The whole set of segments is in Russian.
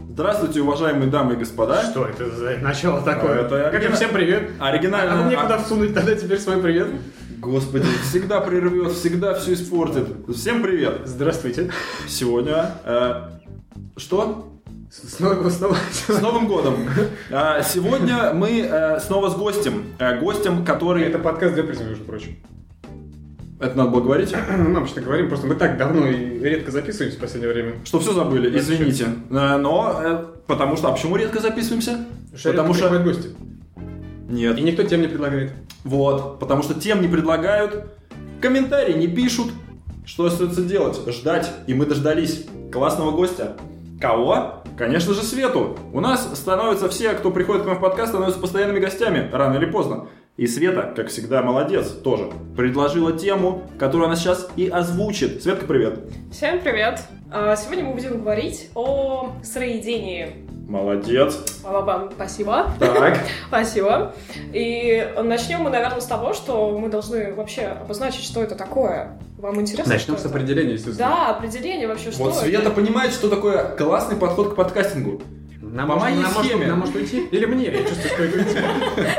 Здравствуйте, уважаемые дамы и господа. Что это за начало такое? Это всем привет. Оригинально. А мне куда всунуть тогда теперь свой привет? Господи, всегда прервет, всегда все испортит. Всем привет. Здравствуйте. Сегодня... Что? С Новым годом. Сегодня мы снова с гостем. Гостем, который... Это подкаст для призма, между прочим. Это надо было говорить? Мы обычно говорим, просто мы так давно и редко записываемся в последнее время. Что все забыли, извините. Но, потому что... А почему редко записываемся? Потому что приходят гости. Нет. И никто тем не предлагает. Вот, потому что тем не предлагают, комментарии не пишут. Что остается делать? Ждать. И мы дождались классного гостя. Кого? Конечно же, Свету. У нас становятся все, кто приходит к нам в подкаст, становятся постоянными гостями, рано или поздно. И Света, как всегда, молодец тоже. Предложила тему, которую она сейчас и озвучит. Светка, привет. Всем привет. Сегодня мы будем говорить о сыроедении. Молодец. Вам спасибо. Так. Спасибо. И начнем мы, наверное, с того, что мы должны вообще обозначить, что это такое. Вам интересно? Начнем с определения, естественно. Да, определение вообще, что вот это. Света понимает, что такое классный подход к подкастингу. Нам может уйти? Или мне? Я чувствую, что это уйти.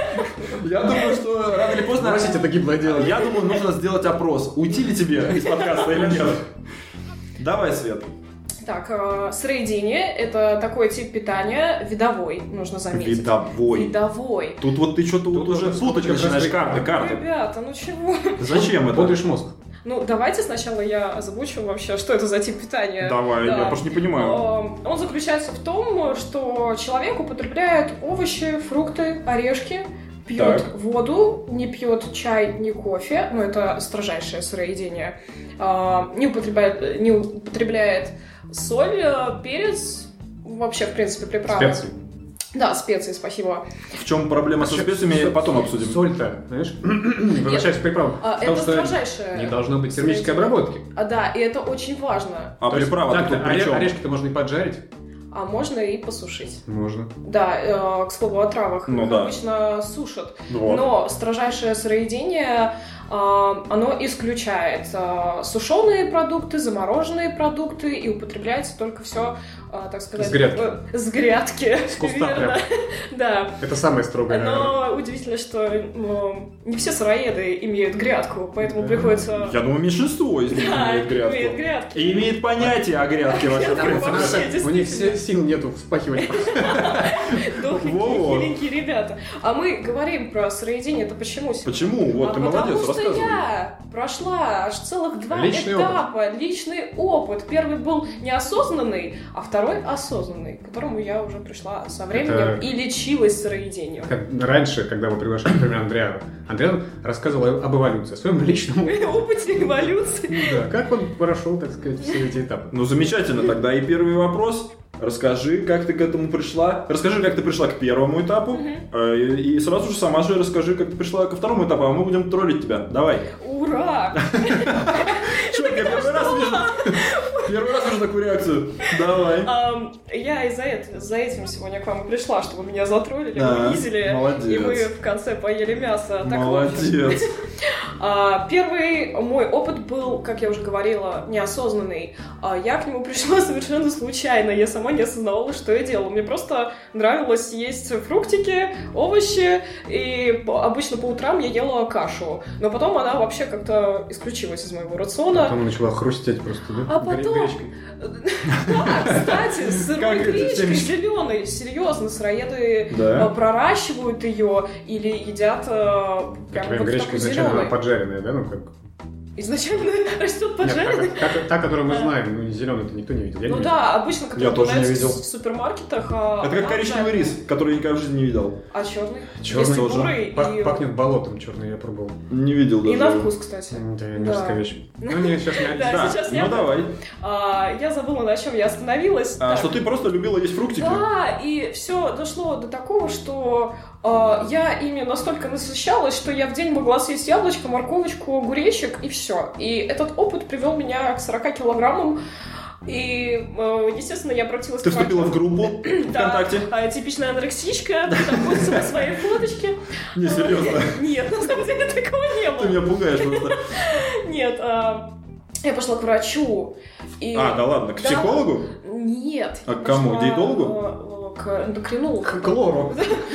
Я думаю, что рано или поздно... Бросить это гиблое дело. Я думаю, нужно сделать опрос. Уйти ли тебе из подкаста или нет? Давай, Свет. Так, сыроедение – это такой тип питания видовой, нужно заметить. Видовой. Тут вот ты что-то вот уже путать начинаешь карты. Ребята, ну чего? Зачем это? Бодришь мозг. Ну, давайте сначала я озвучу вообще, что это за тип питания. Давай, да. Я просто не понимаю. Он заключается в том, что человек употребляет овощи, фрукты, орешки, пьет воду, не пьет чай, не кофе, ну, это строжайшее сыроедение, не употребляет соль, перец, вообще, в принципе, приправы. Специи. Да, специи, спасибо. В чем проблема со специями, потом обсудим. Соль-то, знаешь, возвращаясь к приправам. Это строжайшее. Не должно быть термической обработки. Да, и это очень важно. А приправа тут при чем? Орешки-то можно и поджарить. А можно и посушить. Можно. Да, к слову о травах. Ну, их обычно сушат. Вот. Но строжайшее сыроедение, оно исключает сушеные продукты, замороженные продукты и употребляется только все, так сказать... С грядки. С грядки. С куста прям. Да. Это самое строгое. Но удивительно, что не все сыроеды имеют грядку, поэтому приходится... Я думаю, меньшинство из них имеет грядку. имеет грядки. И имеет понятие о грядке вообще, в принципе. У них сил нету вспахивать. Дохленькие, хиленькие ребята. А мы говорим про сыроедение, это почему? Почему? Вот ты молодец, рассказывай. Потому что я прошла аж целых 2 Личный этапа. Личный опыт. Первый был неосознанный, а второй осознанный, к которому я уже пришла со временем и лечилась сыроедением. Раньше, когда мы приглашали, например, Андреа рассказывал об эволюции, о своем личном опыте эволюции. Да, как он прошел, так сказать, все эти этапы. Ну, замечательно. Тогда и первый вопрос. Расскажи, как ты к этому пришла. Расскажи, как ты пришла к первому этапу. И сразу же сама же расскажи, как ты пришла ко второму этапу, а мы будем троллить тебя. Давай. Ура! Что, я первый раз вижу такую реакцию. Давай. Я за этим сегодня к вам и пришла, чтобы меня затроллили, унизили. И мы в конце поели мясо. Молодец. Первый мой опыт был, как я уже говорила, неосознанный. Я к нему пришла совершенно случайно. Я сама не осознавала, что я делала. Мне просто нравилось есть фруктики, овощи. И обычно по утрам я ела кашу. Но потом она вообще как-то исключилась из моего рациона. Потом начала хрустеть просто, да? А потом... Да, кстати, с сырой гречкой зеленой. Серьезно, сыроеды проращивают ее или едят прям вот гречка такой изначально зеленой. Поджаренная, да? Ну как... Изначально растет поджаренный? Та, которую мы знаем, ну зеленую-то никто не видел. Ну да, обычно, я тоже не видел. в супермаркетах. Это как коричневый рис, который я никогда в жизни не видел. А черный? Черный тоже. Пахнет болотом черный, я пробовал. Не видел даже. И на вкус, кстати. Да, мерзкая вещь. Ну, не, сейчас не. Да, сейчас ну давай. Я забыла, на чем я остановилась. Что ты просто любила есть фруктики? Да, и все дошло до такого, что я ими настолько насыщалась, что я в день могла съесть яблочко, морковочку, огуречек и все. И этот опыт привел меня к 40 килограммам. И, естественно, я обратилась к врачу. Ты вступила в группу ВКонтакте? Да, типичная анорексичка, постила свои фоточки. Не, серьезно? Нет, на самом деле такого не было. Ты меня пугаешь просто. Нет, я пошла к врачу. Да ладно, к психологу? Нет. А к кому? Пошла, диетологу? К эндокринологу. К лору.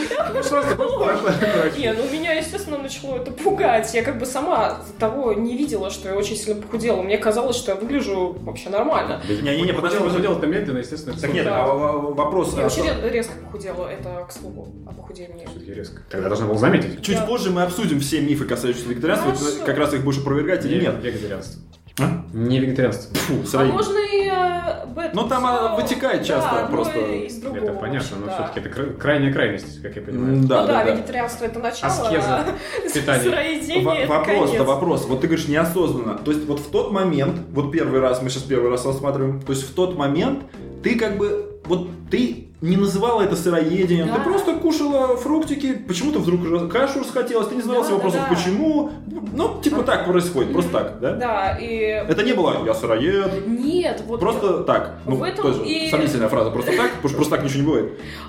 Не, ну меня, естественно, начало это пугать. Я как бы сама того не видела, что я очень сильно похудела. Мне казалось, что я выгляжу вообще нормально. Не, подожди. Похудел-то медленно, естественно. Так нет, вопрос... Я очень резко похудела. Это, к слову, о похудении. Резко. Тогда должна была заметить. Чуть позже мы обсудим все мифы, касающиеся вегетарианства. Вот как раз их будешь опровергать или нет? Вегетарианство. А? Не вегетарианство. А можно и но там вытекает часто просто. Из другого. Это понятно, но все-таки это крайняя крайность, как я понимаю. Да, вегетарианство это начало, аскеза, питание. Сыроедение это конец. Вопрос. Вот ты говоришь неосознанно. То есть вот в тот момент, вот мы сейчас первый раз рассматриваем, то есть в тот момент ты как бы, вот ты не называла это сыроедением, Да. ты просто кушала фруктики, почему-то вдруг кашу расхотелось, ты не задавалась вопросом, почему, ну, типа так происходит, просто так, да? Да, и... Это не было «я сыроед». Нет, вот... Просто так. Ну, в этом тоже и... сомнительная фраза. Просто так, потому что просто так ничего не бывает.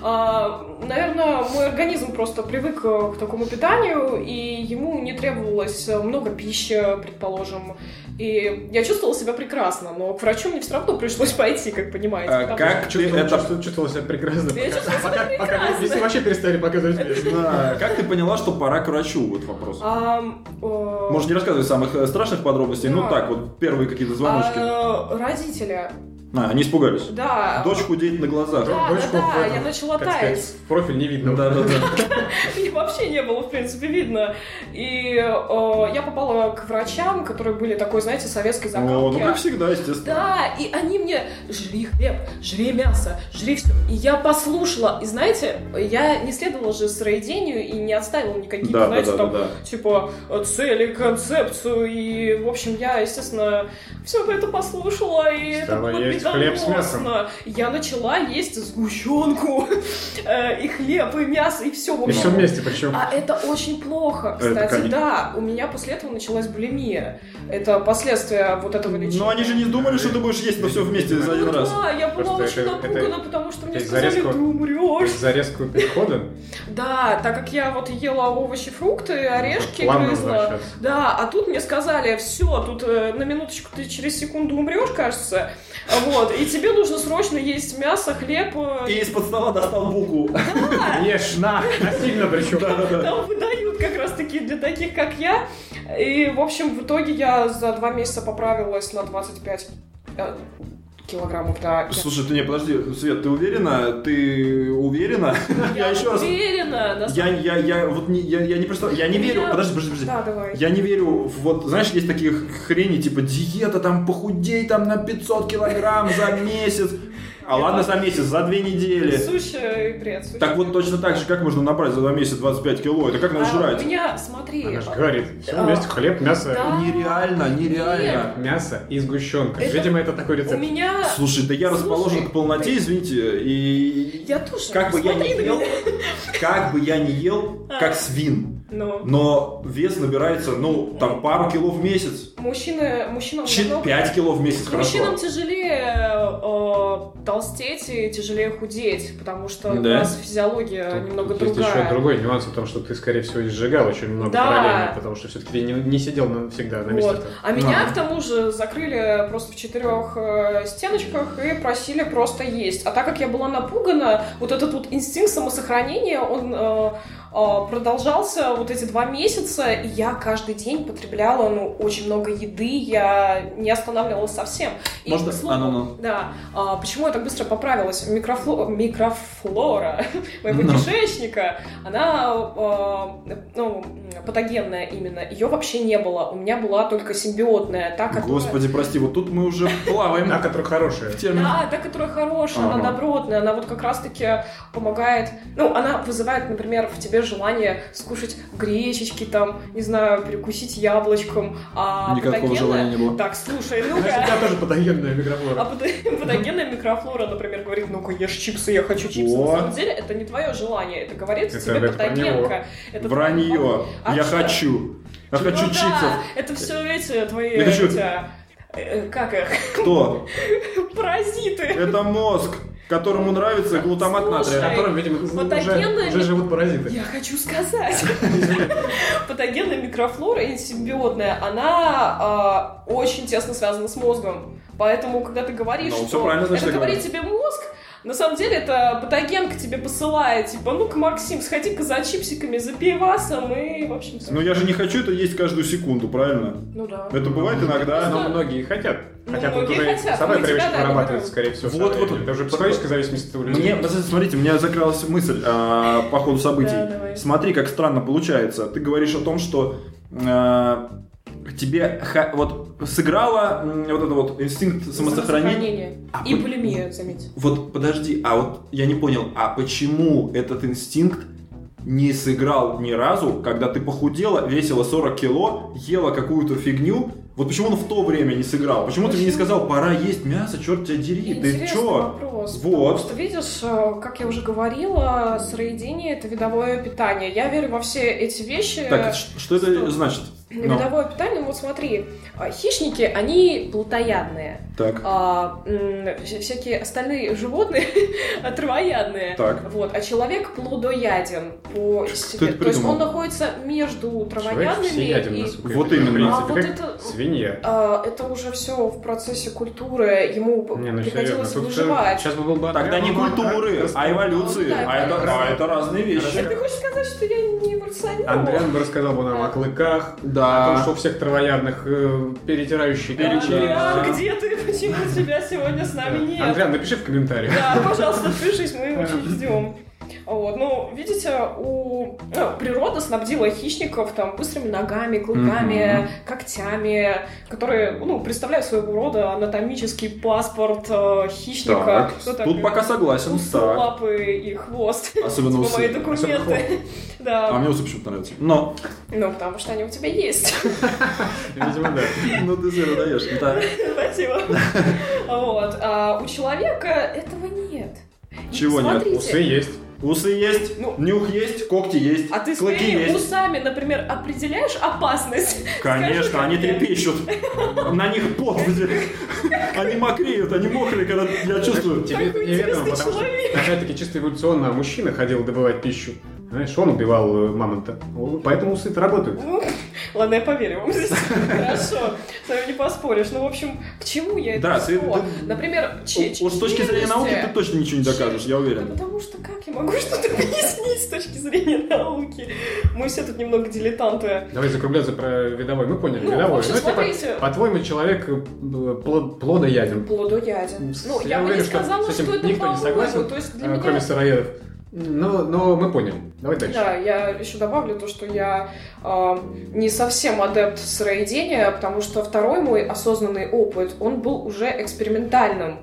Наверное, мой организм просто привык к такому питанию, и ему не требовалось много пищи, предположим. И я чувствовала себя прекрасно, но к врачу мне все равно пришлось пойти, как понимаете. Как ты это... Чувствовала себя прекрасно. Я чувствовала себя Пока прекрасно. если вообще перестали показывать вес. Да. Как ты поняла, что пора к врачу? Вот вопрос. Может, не рассказывай самых страшных подробностей, Да. ну так, вот первые какие-то звоночки. Родители. Они испугались? Да. Дочь худеет на глазах. Да, я начала таять. В профиль не видно. Да. Их вообще не было, в принципе, видно. И я попала к врачам, которые были такой, знаете, советской закалки. Ну как всегда, естественно. Да, и они мне: жри хлеб, жри мясо, жри все. И я послушала. И знаете, я не следовала же сыроедению и не отставила никакие, типа, цели, концепцию. И, в общем, я, естественно, все это послушала. И это было хлеб с мясом. Я начала есть сгущенку, и хлеб, и мясо, и все. И все вместе причем. А это очень плохо. Кстати, да, у меня после этого началась булимия. Это последствия вот этого лечения. Но они же не думали, что ты будешь есть это все вместе за один раз. Да, я была Просто очень напугана, потому что мне сказали, ты умрешь. За резкого перехода? Да, так как я вот ела овощи, фрукты, орешки грызла. Да, а тут мне сказали: все, тут на минуточку ты через секунду умрешь, кажется. Вот, и тебе нужно срочно есть мясо, хлеб. И из-под стола достал булку. Да. Ешь, насильно причем. Там выдают как раз-таки для таких, как я. И, в общем, в итоге я за 2 месяца поправилась на 25 килограммов, да. Слушай, подожди, Свет, ты уверена? Я еще раз уверена. Я не представляю, я не верю. Подожди. Да, давай. Я не верю. Вот, знаешь, есть такие хрени, типа диета, там похудей там на 500 килограмм за месяц. Ладно, за месяц, за 2 недели. Сущий бред. Так вот точно так же, как можно набрать за 2 месяца 25 кило? Это как надо жрать? У меня, смотри. Она же говорит, все вместе: хлеб, мясо. Да. Нереально. Мясо и сгущенка. Видимо, это такой рецепт. У меня... Слушай, да я расположен к полноте, извините, и... Я тоже. Как бы я не ел, как свин. Но вес набирается, там пару кило в месяц. Мужчинам 5 кило в месяц, хорошо. Мужчинам тяжелее толстеть и тяжелее худеть, потому что у нас физиология немного другая. Есть еще другой нюанс, потому что ты, скорее всего, сжигал очень много параллельно, потому что все-таки ты не сидел всегда на месте. А меня, к тому же, закрыли просто в 4 стеночках и просили просто есть. А так как я была напугана, вот этот вот инстинкт самосохранения, он продолжался вот эти 2 месяца, и я каждый день потребляла, очень много еды, я не останавливалась совсем. И, можно? к слову, да, почему я так быстро поправилась? Микрофлора моего кишечника, она, патогенная именно, ее вообще не было, у меня была только симбиотная, та, которая... Господи, прости, вот тут мы уже плаваем. Та, которая хорошая. Да, та, которая хорошая, она добротная, она вот как раз-таки помогает, она вызывает, например, в тебе желание скушать гречечки, там, не знаю, перекусить яблочком, Никакого желания не было. Так, слушай, У тебя тоже патогенная микрофлора. А патогенная микрофлора, например, говорит: ну-ка, ешь чипсы, я хочу чипсы. На самом деле, это не твое желание, это говорит тебе патогенка. Вранье. Я хочу. Я хочу чипсов. Это все эти твои... Я хочу... Как их? Кто? Паразиты. Это мозг. которому нравится глутамат натрия. В котором, видимо, уже живут паразиты. Я хочу сказать. Патогенная микрофлора и симбиотная, она очень тесно связана с мозгом. Поэтому, когда ты говоришь, что это говорит тебе мозг, на самом деле это патоген к тебе посылает, типа, ну-ка, Максим, сходи-ка за чипсиками, за пивасом и, в общем-то... Ну я же не хочу это есть каждую секунду, правильно? Ну да. Это бывает иногда. Но многие хотят. Хотя тут многие уже хотят, самая но у тебя, привычка вырабатывается, скорее всего. Вот. Это уже психологическая зависимость у людей. Смотрите, у меня закралась мысль по ходу событий. Да, давай. Смотри, как странно получается. Ты говоришь о том, что тебе вот сыграла вот это вот инстинкт самосохранения. И булимия, заметь. Вот подожди, а вот я не понял, а почему этот инстинкт не сыграл ни разу, когда ты похудела, весила 40 кило, ела какую-то фигню? Вот почему он в то время не сыграл? Почему ты мне не сказал, пора есть мясо, черт тебя дери? Интересный ты чё? вопрос. Вот. Потому что, видишь, как я уже говорила, сыроедение — это видовое питание. Я верю во все эти вещи. Так, что это значит? Видовое питание, ну вот смотри, хищники, они плотоядные. Так. Всякие остальные животные травоядные. Так. Вот, а человек плодояден по себе. То есть он находится между травоядными и... Вот именно. Вот это... Свинья. Это уже все в процессе культуры. Ему приходилось выживать. Сейчас был бы тогда не культуры, а эволюции. А это разные вещи. Ты хочешь сказать, что я не эволюционер? Андриан бы рассказал бы нам о клыках, да. о том, что у всех травоядных перетирающие перечень. Андриан, где ты? Почему тебя сегодня с нами нет? Андриан, напиши в комментариях. Да, пожалуйста, отпишись, мы очень ждем. Вот, ну, видите, природа снабдила хищников там быстрыми ногами, клыками, когтями, которые, представляют своего рода анатомический паспорт хищника. Так, тут пока согласен. Усы, лапы и хвост. Особенно усы. Мои документы. Да. А мне усы почему-то нравятся. Но. Ну, потому что они у тебя есть. Видимо, да. Ну, ты зря даешь. Спасибо. Вот. А у человека этого нет. Чего нет? Усы есть. Усы есть, нюх есть, когти есть, а ты клыки своими есть. усами, например, определяешь опасность? Конечно, скажи, они трепещут. На них пот. Они мокреют, они мокрые, когда я чувствую. Тебе это неведомо, потому что, опять-таки, чисто эволюционно мужчина ходил добывать пищу. Знаешь, он убивал мамонта. Поэтому усы-то работают. Ладно, я поверю вам здесь. Хорошо, с вами не поспоришь. Ну, в общем, к чему я это все? Например, с точки зрения науки ты точно ничего не докажешь, я уверен. Да потому что как я могу что-то объяснить с точки зрения науки? Мы все тут немного дилетанты. Давай закругляться про видовой. Мы поняли, видовой. Смотрите. По-твоему, человек плодояден. Плодояден. Ну, я бы не сказала, что это никто не согласен, кроме сыроедов. Но мы поняли. Давай дальше. Да, я еще добавлю то, что я не совсем адепт сыроедения, потому что второй мой осознанный опыт, он был уже экспериментальным.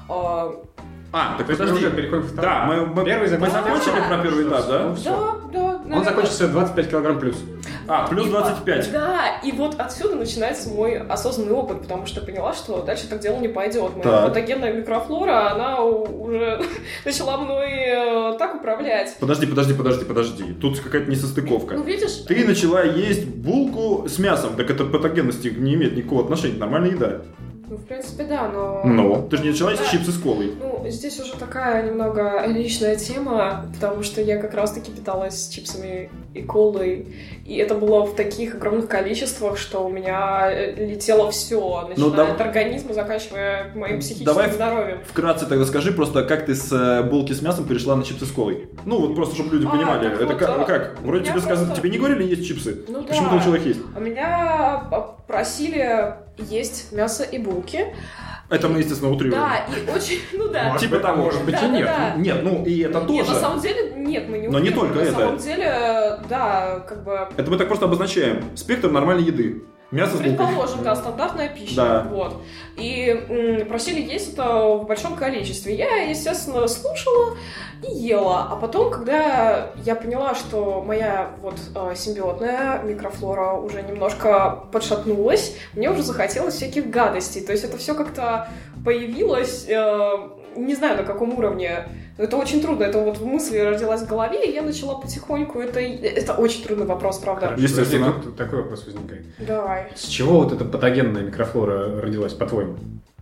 Так мы уже переходим к второму. Да, мы закончили про первый этап, да? Да. Он закончился 25 килограмм плюс. Плюс 25. Да, и вот отсюда начинается мой осознанный опыт, потому что я поняла, что дальше так дело не пойдет. Моя патогенная микрофлора, она уже начала мной так управлять. Подожди. Тут какая-то несостыковка. Ну, видишь? Ты начала есть булку с мясом, так это патогенности не имеет никакого отношения, нормальная еда. Ну, в принципе, да, но... Но ты же не начала есть чипсы с колой. Ну, здесь уже такая немного личная тема, потому что я как раз-таки питалась чипсами и колой, и это было в таких огромных количествах, что у меня летело все, начиная от организма, заканчивая моим психическим здоровьем. Вкратце тогда скажи просто, как ты с булки с мясом перешла на чипсы с колой? Ну, вот просто, чтобы люди понимали. Это вот, как? Вроде тебе сказали, тебе не говорили есть чипсы? Ну, почему там человек есть? Меня просили есть мясо и булки. Это мы, естественно, утрируем. Да, и очень, Типа того. Может быть, и нет. Да. Нет, и это тоже. Нет, на самом деле, нет, мы не утрируем. Но не только это. На самом деле, да, как бы... Это мы так просто обозначаем. Спектр нормальной еды. Мясо с булкой. Предположим, да, стандартная пища. Да. Вот. И просили есть это в большом количестве. Я, естественно, слушала и ела. А потом, когда я поняла, что моя симбиотная микрофлора уже немножко подшатнулась, мне уже захотелось всяких гадостей. То есть это все как-то появилось, не знаю на каком уровне. Это очень трудно. Это вот мысль родилась в голове, и я начала потихоньку. Это очень трудный вопрос, правда. Естественно. Тут такой вопрос возникает. Давай. С чего вот эта патогенная микрофлора родилась, по-твоему?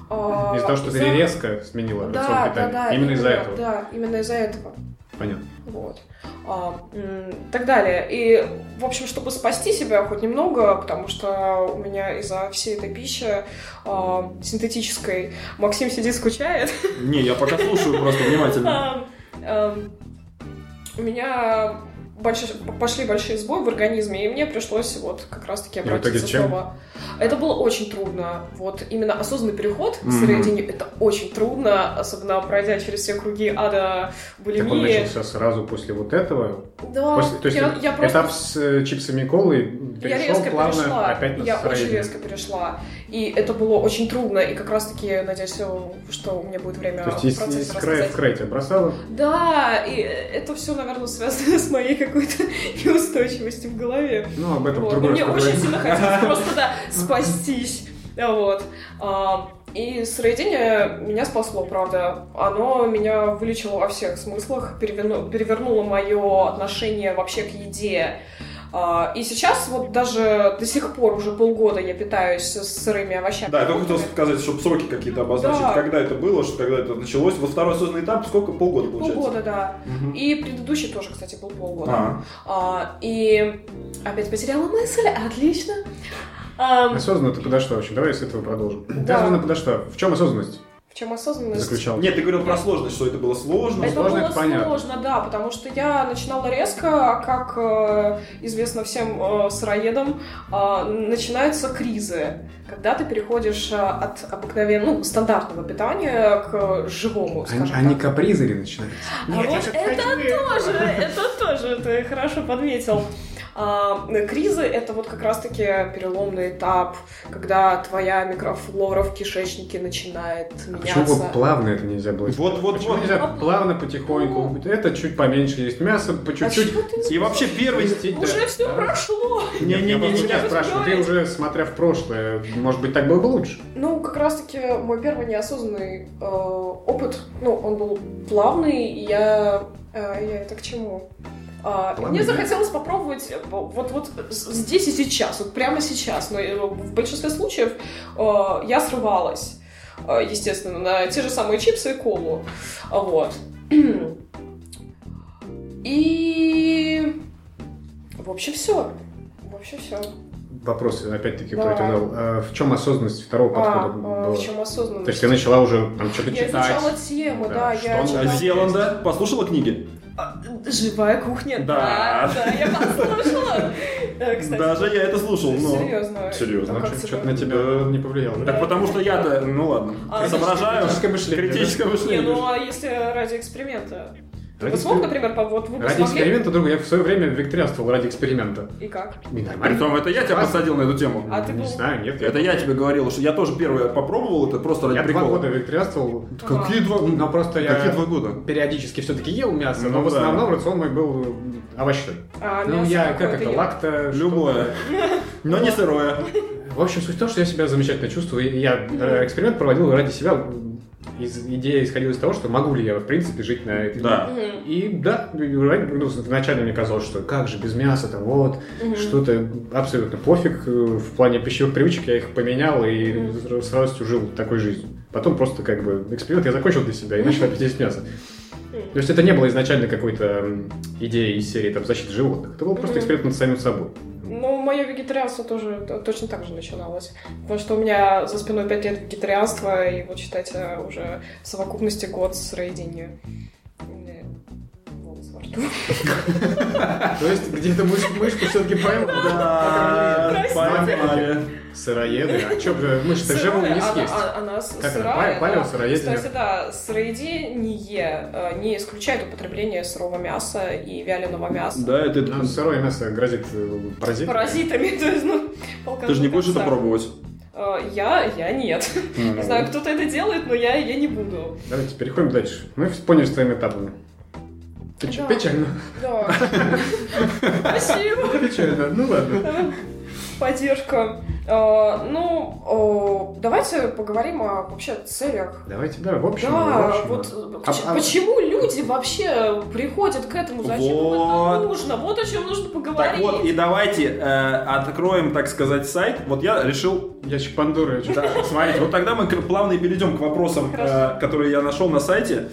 Из-за того, что ты резко сменила рацион питания. Да, именно из-за этого. Да, именно из-за этого. Понятно. Вот. Так далее. И, в общем, чтобы спасти себя хоть немного, потому что у меня из-за всей этой пищи синтетической Максим сидит, скучает. Не, я пока слушаю просто внимательно. У меня пошли большие сбои в организме, и мне пришлось вот как раз-таки обратиться снова. Это было очень трудно. Вот именно осознанный переход к сыроедению, это очень трудно, особенно пройдя через все круги ада булимии. Так он начался сразу после вот этого? Да. То есть я просто... этап с чипсами и колой перешел плавно опять на Я сыроедение. очень резко перешла. И это было очень трудно, и как раз-таки, надеюсь, что у меня будет время в процессе рассказать. То есть из края в край тебя бросало? Да, и это все, наверное, связано с моей какой-то неустойчивостью в голове. Ну, об этом вот. другой раз Мне поговорим. очень сильно хотелось просто, спастись. Вот. И сыроедение меня спасло, правда. Оно меня вылечило во всех смыслах, перевернуло мое отношение вообще к еде. И сейчас вот даже до сих пор уже полгода я питаюсь сырыми овощами. Да, я только хотел сказать, чтобы сроки какие-то обозначить, Да. когда это было, когда это началось. Вот второй осознанный этап, сколько? Полгода получается? Полгода, да. Угу. И предыдущий тоже, кстати, был полгода. И опять потеряла мысль, отлично. Осознанно ты подошла, в общем, давай с этого продолжим. Да. Ты осознанно подошла. В чем осознанность? В чем осознанность? Заключалась. Нет, ты говорил про сложность, что это было сложно. Это Сложно, было это понятно. сложно, да, потому что я начинала резко, как известно всем сыроедам, начинаются кризы, когда ты переходишь от обыкновенного, стандартного питания к живому, скажем Они так. капризы или начинаются? Это тоже, ты хорошо подметил. Кризы — это вот как раз-таки переломный этап, когда твоя микрофлора в кишечнике начинает меняться. Почему вот плавно это нельзя было? Почему нельзя плавно, потихоньку? Это чуть поменьше есть мясо, по чуть-чуть. И вообще первый... Уже все прошло. Я спрашиваю, ты уже, смотря в прошлое, может быть, так было бы лучше? Ну, как раз-таки мой первый неосознанный опыт, он был плавный, и я это к чему? Мне захотелось попробовать вот здесь и сейчас, вот прямо сейчас. Но в большинстве случаев я срывалась, естественно, на те же самые чипсы и колу. Вот. И... В общем, все. Вопрос, опять-таки, Давай. про это. В чем осознанность второго подхода была? В чем осознанность? То есть ты начала уже там что-то Я читать? изучала тему, да. что Я он читала. Зеланда. Послушала книги? Живая кухня. Да. Да, я послушала. Кстати, Даже я это слушал. серьезно. Серьезно. А как Что-то тебе? на тебя не повлияло. Так потому что я-то, ну ладно, соображаю. Критическое мышление. Критическое Не, мышление. ну а если ради эксперимента? Ради Вы смог, эксперимента? например, вот вы бы Ради смогли? эксперимента, друга, я в свое время викторианствовал ради эксперимента. И как? И нормально. Притом это я тебя посадил на эту тему. А ты Не был... знаю, нет. Это я тебе говорил, что я тоже первый попробовал, это просто ради Я 2 прикола. года викторианствовал. Какие 2 года? Но просто я Какие 2 года? периодически все-таки ел мясо, Ну но в да. основном рацион мой был овощной. мясо Я какое как ты это, ел? лакто... Любое. Но не сырое. В общем, суть в том, что я себя замечательно чувствую. И я эксперимент проводил ради себя. Идея исходила из того, что могу ли я, в принципе, жить на этой Да. Мгм. И да, вначале мне казалось, что как же без мяса, там вот, что-то абсолютно пофиг. В плане пищевых привычек я их поменял и с радостью жил такой жизнью. Потом просто как бы эксперимент я закончил для себя и начал опять есть мясо. То есть это не было изначально какой-то идеей из серии там, защиты животных. Это был просто эксперимент над самим собой. Ну, мое вегетарианство тоже точно так же начиналось. Потому что у меня за спиной 5 лет вегетарианства, и вот считайте, уже в совокупности год сыроедения. Волос во рту. То есть где-то мышку все-таки поймал. Да, поймали. Сыроеды. А что, мышь-то живую не съесть? Она Как она, сырая. палеосыроедение? Кстати, да, сыроедение не исключает употребление сырого мяса и вяленого мяса. Да, это... Ну, сырое мясо грозит паразитами. Паразитами, то есть, Ты же не будешь это пробовать? Я нет. Не знаю, кто-то это делает, но я не буду. Давайте переходим дальше. Мы поняли с твоими этапами. Ты что, Да. печально? Да. Спасибо. Печально, ну ладно. Поддержка. Давайте поговорим о вообще целях. Давайте, да, в общем. Почему люди вообще приходят к этому? Зачем им это нужно? Вот о чем нужно поговорить. Так вот, и давайте откроем, так сказать, сайт. Вот я решил... Ящик Пандоры. Да, смотрите, вот тогда мы плавно и перейдем к вопросам, которые я нашел на сайте.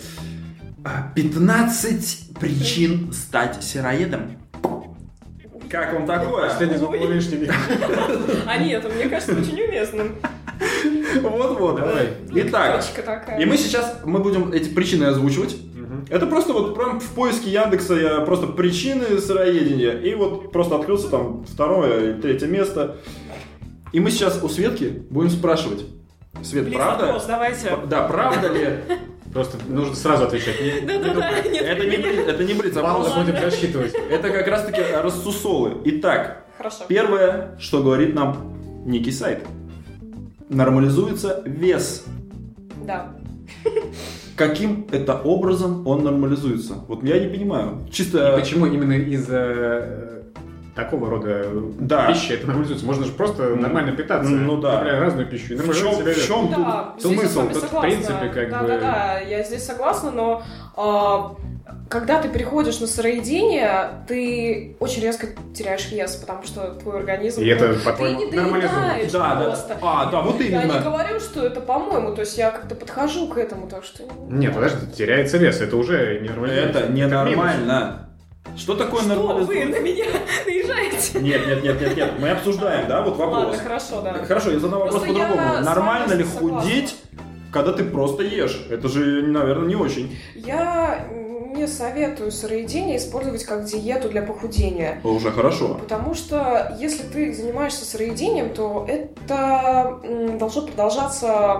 15 причин стать сыроедом. Как вам такое? Последний звук был лишний. А нет, мне кажется, очень уместным. Вот. Давай. Итак, и мы будем эти причины озвучивать. Это просто вот прям в поиске Яндекса я просто причины сыроедения. И вот просто открылся там 2-е и 3-е место. И мы сейчас у Светки будем спрашивать. Свет, правда? Вопрос, давайте. Да, правда ли? Просто нужно сразу отвечать. Да. Это не блиц, Мало будем рассчитывать. Это как раз таки рассусолы. Итак, хорошо. Первое, что говорит нам некий сайт. Нормализуется вес. Да. Каким это образом он нормализуется? Вот я не понимаю. Чисто... И почему именно из-за такого рода пищи это нормализуется? Можно же просто нормально питаться, употребляя разную пищу. И в чем тут смысл? Тут в принципе Да, я здесь согласна, но когда ты переходишь на сыроедение, ты очень резко теряешь вес, потому что твой организм... И это, по-твоему, нормализуешь просто. Да, вот именно. Я не говорю, что это по-моему, то есть я как-то подхожу к этому, так что... Нет, подожди, теряется вес, это уже не нормально. Это ненормально. Что такое нормализация? Что вы на меня наезжаете? Нет, мы обсуждаем, да, вот вопрос. Ладно, хорошо, да. Хорошо, я задам вопрос по-другому. Нормально ли худеть, когда ты просто ешь? Это же, наверное, не очень. Я не советую сыроедение использовать как диету для похудения. Уже хорошо. Потому что если ты занимаешься сыроедением, то это должно продолжаться,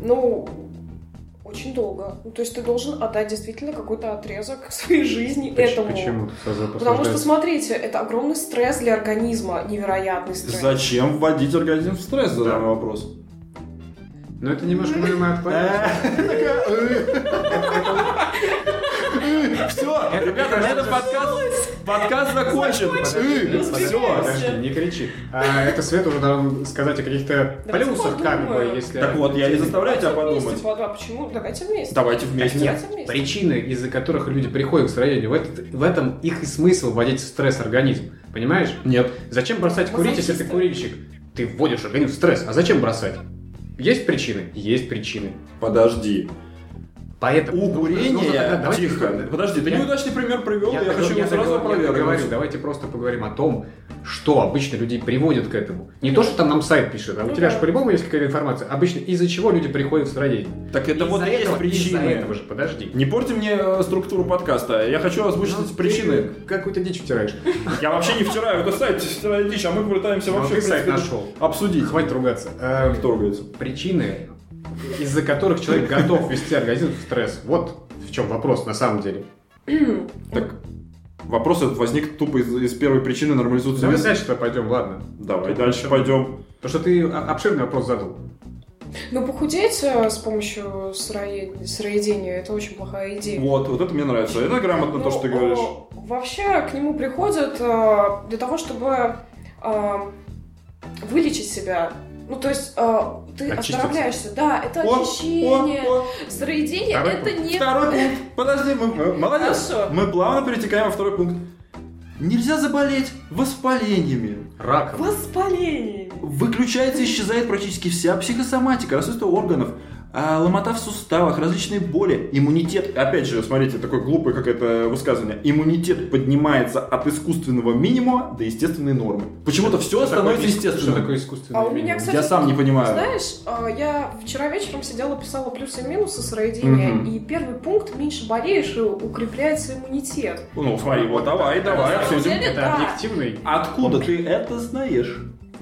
очень долго. То есть ты должен отдать действительно какой-то отрезок своей жизни этому. Почему? Потому что, смотрите, это огромный стресс для организма, невероятный стресс. Зачем вводить организм в стресс, задаем вопрос? Ну, это немножко мы отклоняемся. Все, ребята, на этом подкаст закончен. Все, подожди, не кричи. Это Света уже должен сказать о каких-то плюсах, как бы, если... Так вот, я не заставляю тебя подумать. Почему? Давайте вместе. Давайте вместе. Причины, из-за которых люди приходят к сыроедению, в этом их и смысл вводить в стресс организм. Понимаешь? Нет. Зачем бросать курить, если ты курильщик? Ты вводишь организм в стресс. А зачем бросать? Есть причины? Есть причины. Подожди. Поэтому... У курения... Тихо. Подожди, ты неудачный пример привел, я хочу его сразу опровергнуть. Давайте просто поговорим о том, что обычно людей приводит к этому. Не то, что там нам сайт пишет, а у тебя же по-любому есть какая-то информация. Обычно из-за чего люди приходят в сыроедение. Так это вот есть причины. Из-за этого же, подожди. Не порти мне структуру подкаста. Я хочу озвучить эти причины. Какую-то дичь втираешь. Я вообще не втираю, это сайт втирает дичь, а мы пытаемся вообще сайт нашел. Обсудить. Хватит ругаться. Кто ругается? Причины, из-за которых человек готов ввести организм в стресс. Вот в чем вопрос на самом деле. Так, вопрос этот возник тупо из первой причины нормализуции. Давай дальше пойдем, ладно. Давай дальше пойдем. Потому что ты обширный вопрос задал. Похудеть с помощью сыроедения – это очень плохая идея. Вот это мне нравится. Это грамотно то, что ты говоришь. Вообще к нему приходят для того, чтобы вылечить себя. То есть ты оздоровляешься. Да, это очищение. Сыроедение – это не... Второй пункт. Подожди, молодец. Хорошо. Мы плавно перетекаем во второй пункт. Нельзя заболеть воспалениями. Раком. Воспалениями. Выключается и исчезает практически вся психосоматика, расстройство органов, ломота в суставах, различные боли, иммунитет. Опять же, смотрите, такое глупое какое-то высказывание. Иммунитет поднимается от искусственного минимума до естественной нормы. Почему-то все становится естественным. Что такое искусственный минимум? У меня, кстати, я сам не понимаю. Знаешь, я вчера вечером сидела, писала плюсы и минусы сыроедения, и первый пункт – меньше болеешь и укрепляется иммунитет. Смотри, вот давай обсудим. Это объективный. Откуда ты это знаешь?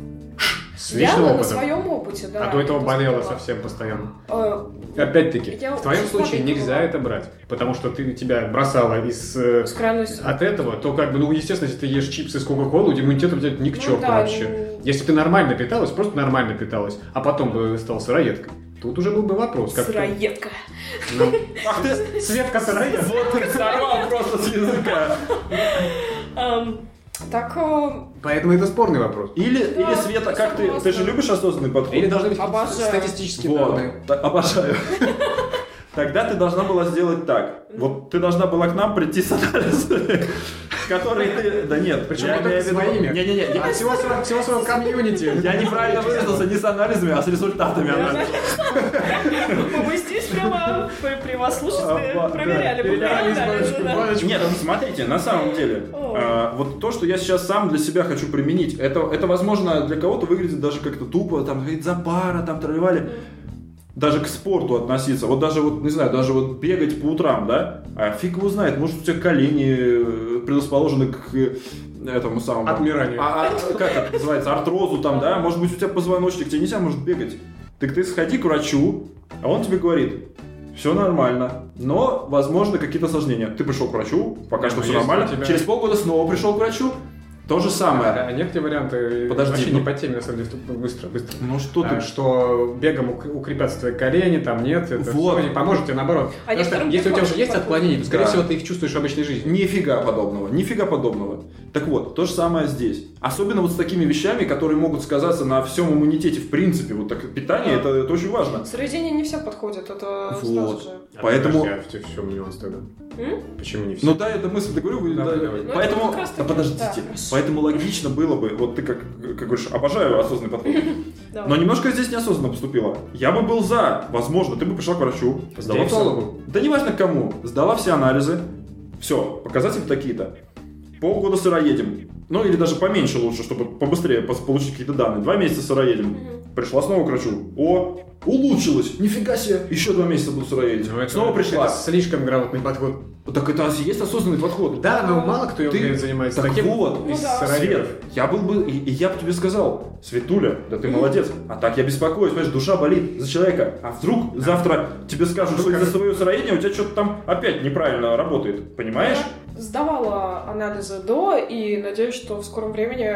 Я на своем опыте, да. А до этого болела совсем постоянно. Опять-таки, в твоем случае нельзя это брать, потому что тебя бросало от этого, то естественно, если ты ешь чипсы с кока-колой, иммунитет у тебя ни к черту вообще. Если ты нормально питалась, просто нормально питалась, а потом бы стал сыроедкой, тут уже был бы вопрос. Сыроедка. Ах ты, Светка сыроедка. Вот ты сорвал просто с языка. Так, Поэтому это спорный вопрос. Или Света, как ты же любишь осознанный подход? Или должны быть Обожаю. статистические Вот, данные. обожаю. Тогда ты должна была сделать так. Вот ты должна была к нам прийти с анализами, которые ты... Да нет, Причем я не только имею в виду... своими. Не-не-не, А всего своего комьюнити. я неправильно выразился, не с анализами, а с результатами анализа. мы здесь прямо при вас слушателе Да, проверяли. переляли из баночки в баночку. Нет, смотрите, на самом деле, вот то, что я сейчас сам для себя хочу применить, это возможно, для кого-то выглядит даже как-то тупо, там, говорит, запара, там, тролливали. Даже к спорту относиться, вот даже вот, не знаю, даже вот бегать по утрам, да, а фиг его знает, может у тебя колени предрасположены к этому самому... Отмиранию. Как это называется, артрозу там, да, может быть у тебя позвоночник, тебе нельзя может бегать. Так ты сходи к врачу, а он тебе говорит, все нормально, но, возможно, какие-то осложнения. Ты пришел к врачу, пока что все нормально, через полгода снова пришел к врачу, то же самое. А нет ли варианты, Подожди, вообще не по теме, на самом деле, быстро. Ну что ты... Что бегом укрепятся твои колени, там нет, это Вот. всё не поможет тебе, наоборот. А Потому что если у тебя уже есть отклонения, то, скорее всего, ты их чувствуешь в обычной жизни. Нифига подобного. Так вот, то же самое здесь. Особенно вот с такими вещами, которые могут сказаться на всем иммунитете в принципе. Вот так питание, это очень важно. Сыроедение не всем подходит, это сразу Вот. же. Поэтому... В чем нюанс тогда? Почему не все? Ну да, это мысль, ты говорю, Давай, да. давай. Ну, Поэтому, это как раз таки, да подождите, да. поэтому логично было бы, вот ты как говоришь, обожаю осознанный подход, Давай. но немножко здесь неосознанно поступила. Я бы был за, возможно, ты бы пришла к врачу, сдала все, диетологу. да неважно к кому, сдала все анализы, все, показатели такие-то, полгода сыроедем, ну или даже поменьше лучше, чтобы побыстрее получить какие-то данные, 2 месяца сыроедем, пришла снова к врачу, улучшилось, нифига себе, еще 2 месяца буду сыроедить, снова пришла. Это слишком грамотный подход. Так это и есть осознанный подход. Да, но мало кто Ты- занимается так таким вот, из ну да. сыроедов. Свет, я был бы, и я бы тебе сказал, Светуля, да ты молодец, а так я беспокоюсь, понимаешь, душа болит за человека, а вдруг завтра тебе скажут, что из-за своего сыроедения у тебя что-то там опять неправильно работает, понимаешь? Я сдавала анализы до, и надеюсь, что в скором времени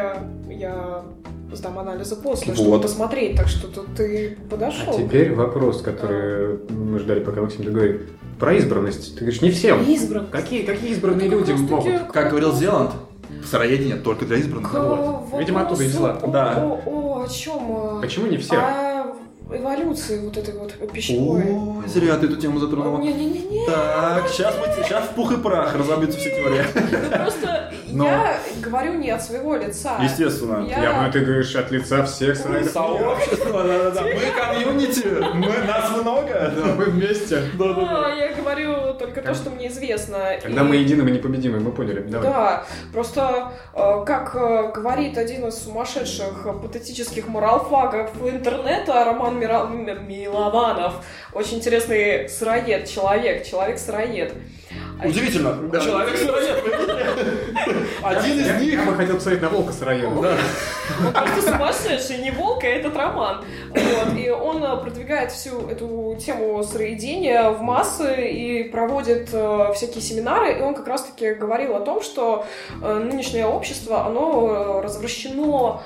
я сдам анализы после, чтобы Вот. посмотреть. Так что тут ты подошел. А теперь вопрос, который мы ждали, пока Максим договорит. Про избранность. Ты говоришь, не всем. Избран. Какие избранные Это как люди раз таки могут? Как говорил Зеланд, сыроедение только для избранных. Видимо, оттуда и взяла. Да. О чем? Почему не все? О эволюции вот этой вот пищевой. Ой, зря ты эту тему затронула. Не-не-не-не. Так, сейчас в пух и прах разобьются все теории. Ну просто Но- я говорю не от своего лица. Естественно. Я думаю, ты говоришь от лица всех сыроедов. Сообщество, да-да-да. Мы комьюнити, нас много. Да, мы вместе. Я говорю только то, что мне известно. Когда И- мы едины, мы непобедимы, мы поняли. Давай. Да, просто, как говорит один из сумасшедших патетических моралфагов интернета, Роман Милованов, очень интересный сыроед, человек-сыроед. Удивительно. Да. Человек-сыроед, вы видели? Один из Я них. бы хотел посмотреть на волка сыроеда. Да. Он просто сумасшедший, не волк, а этот Роман. Вот. И он продвигает всю эту тему сыроедения в массы и проводит всякие семинары. И он как раз-таки говорил о том, что нынешнее общество, оно развращено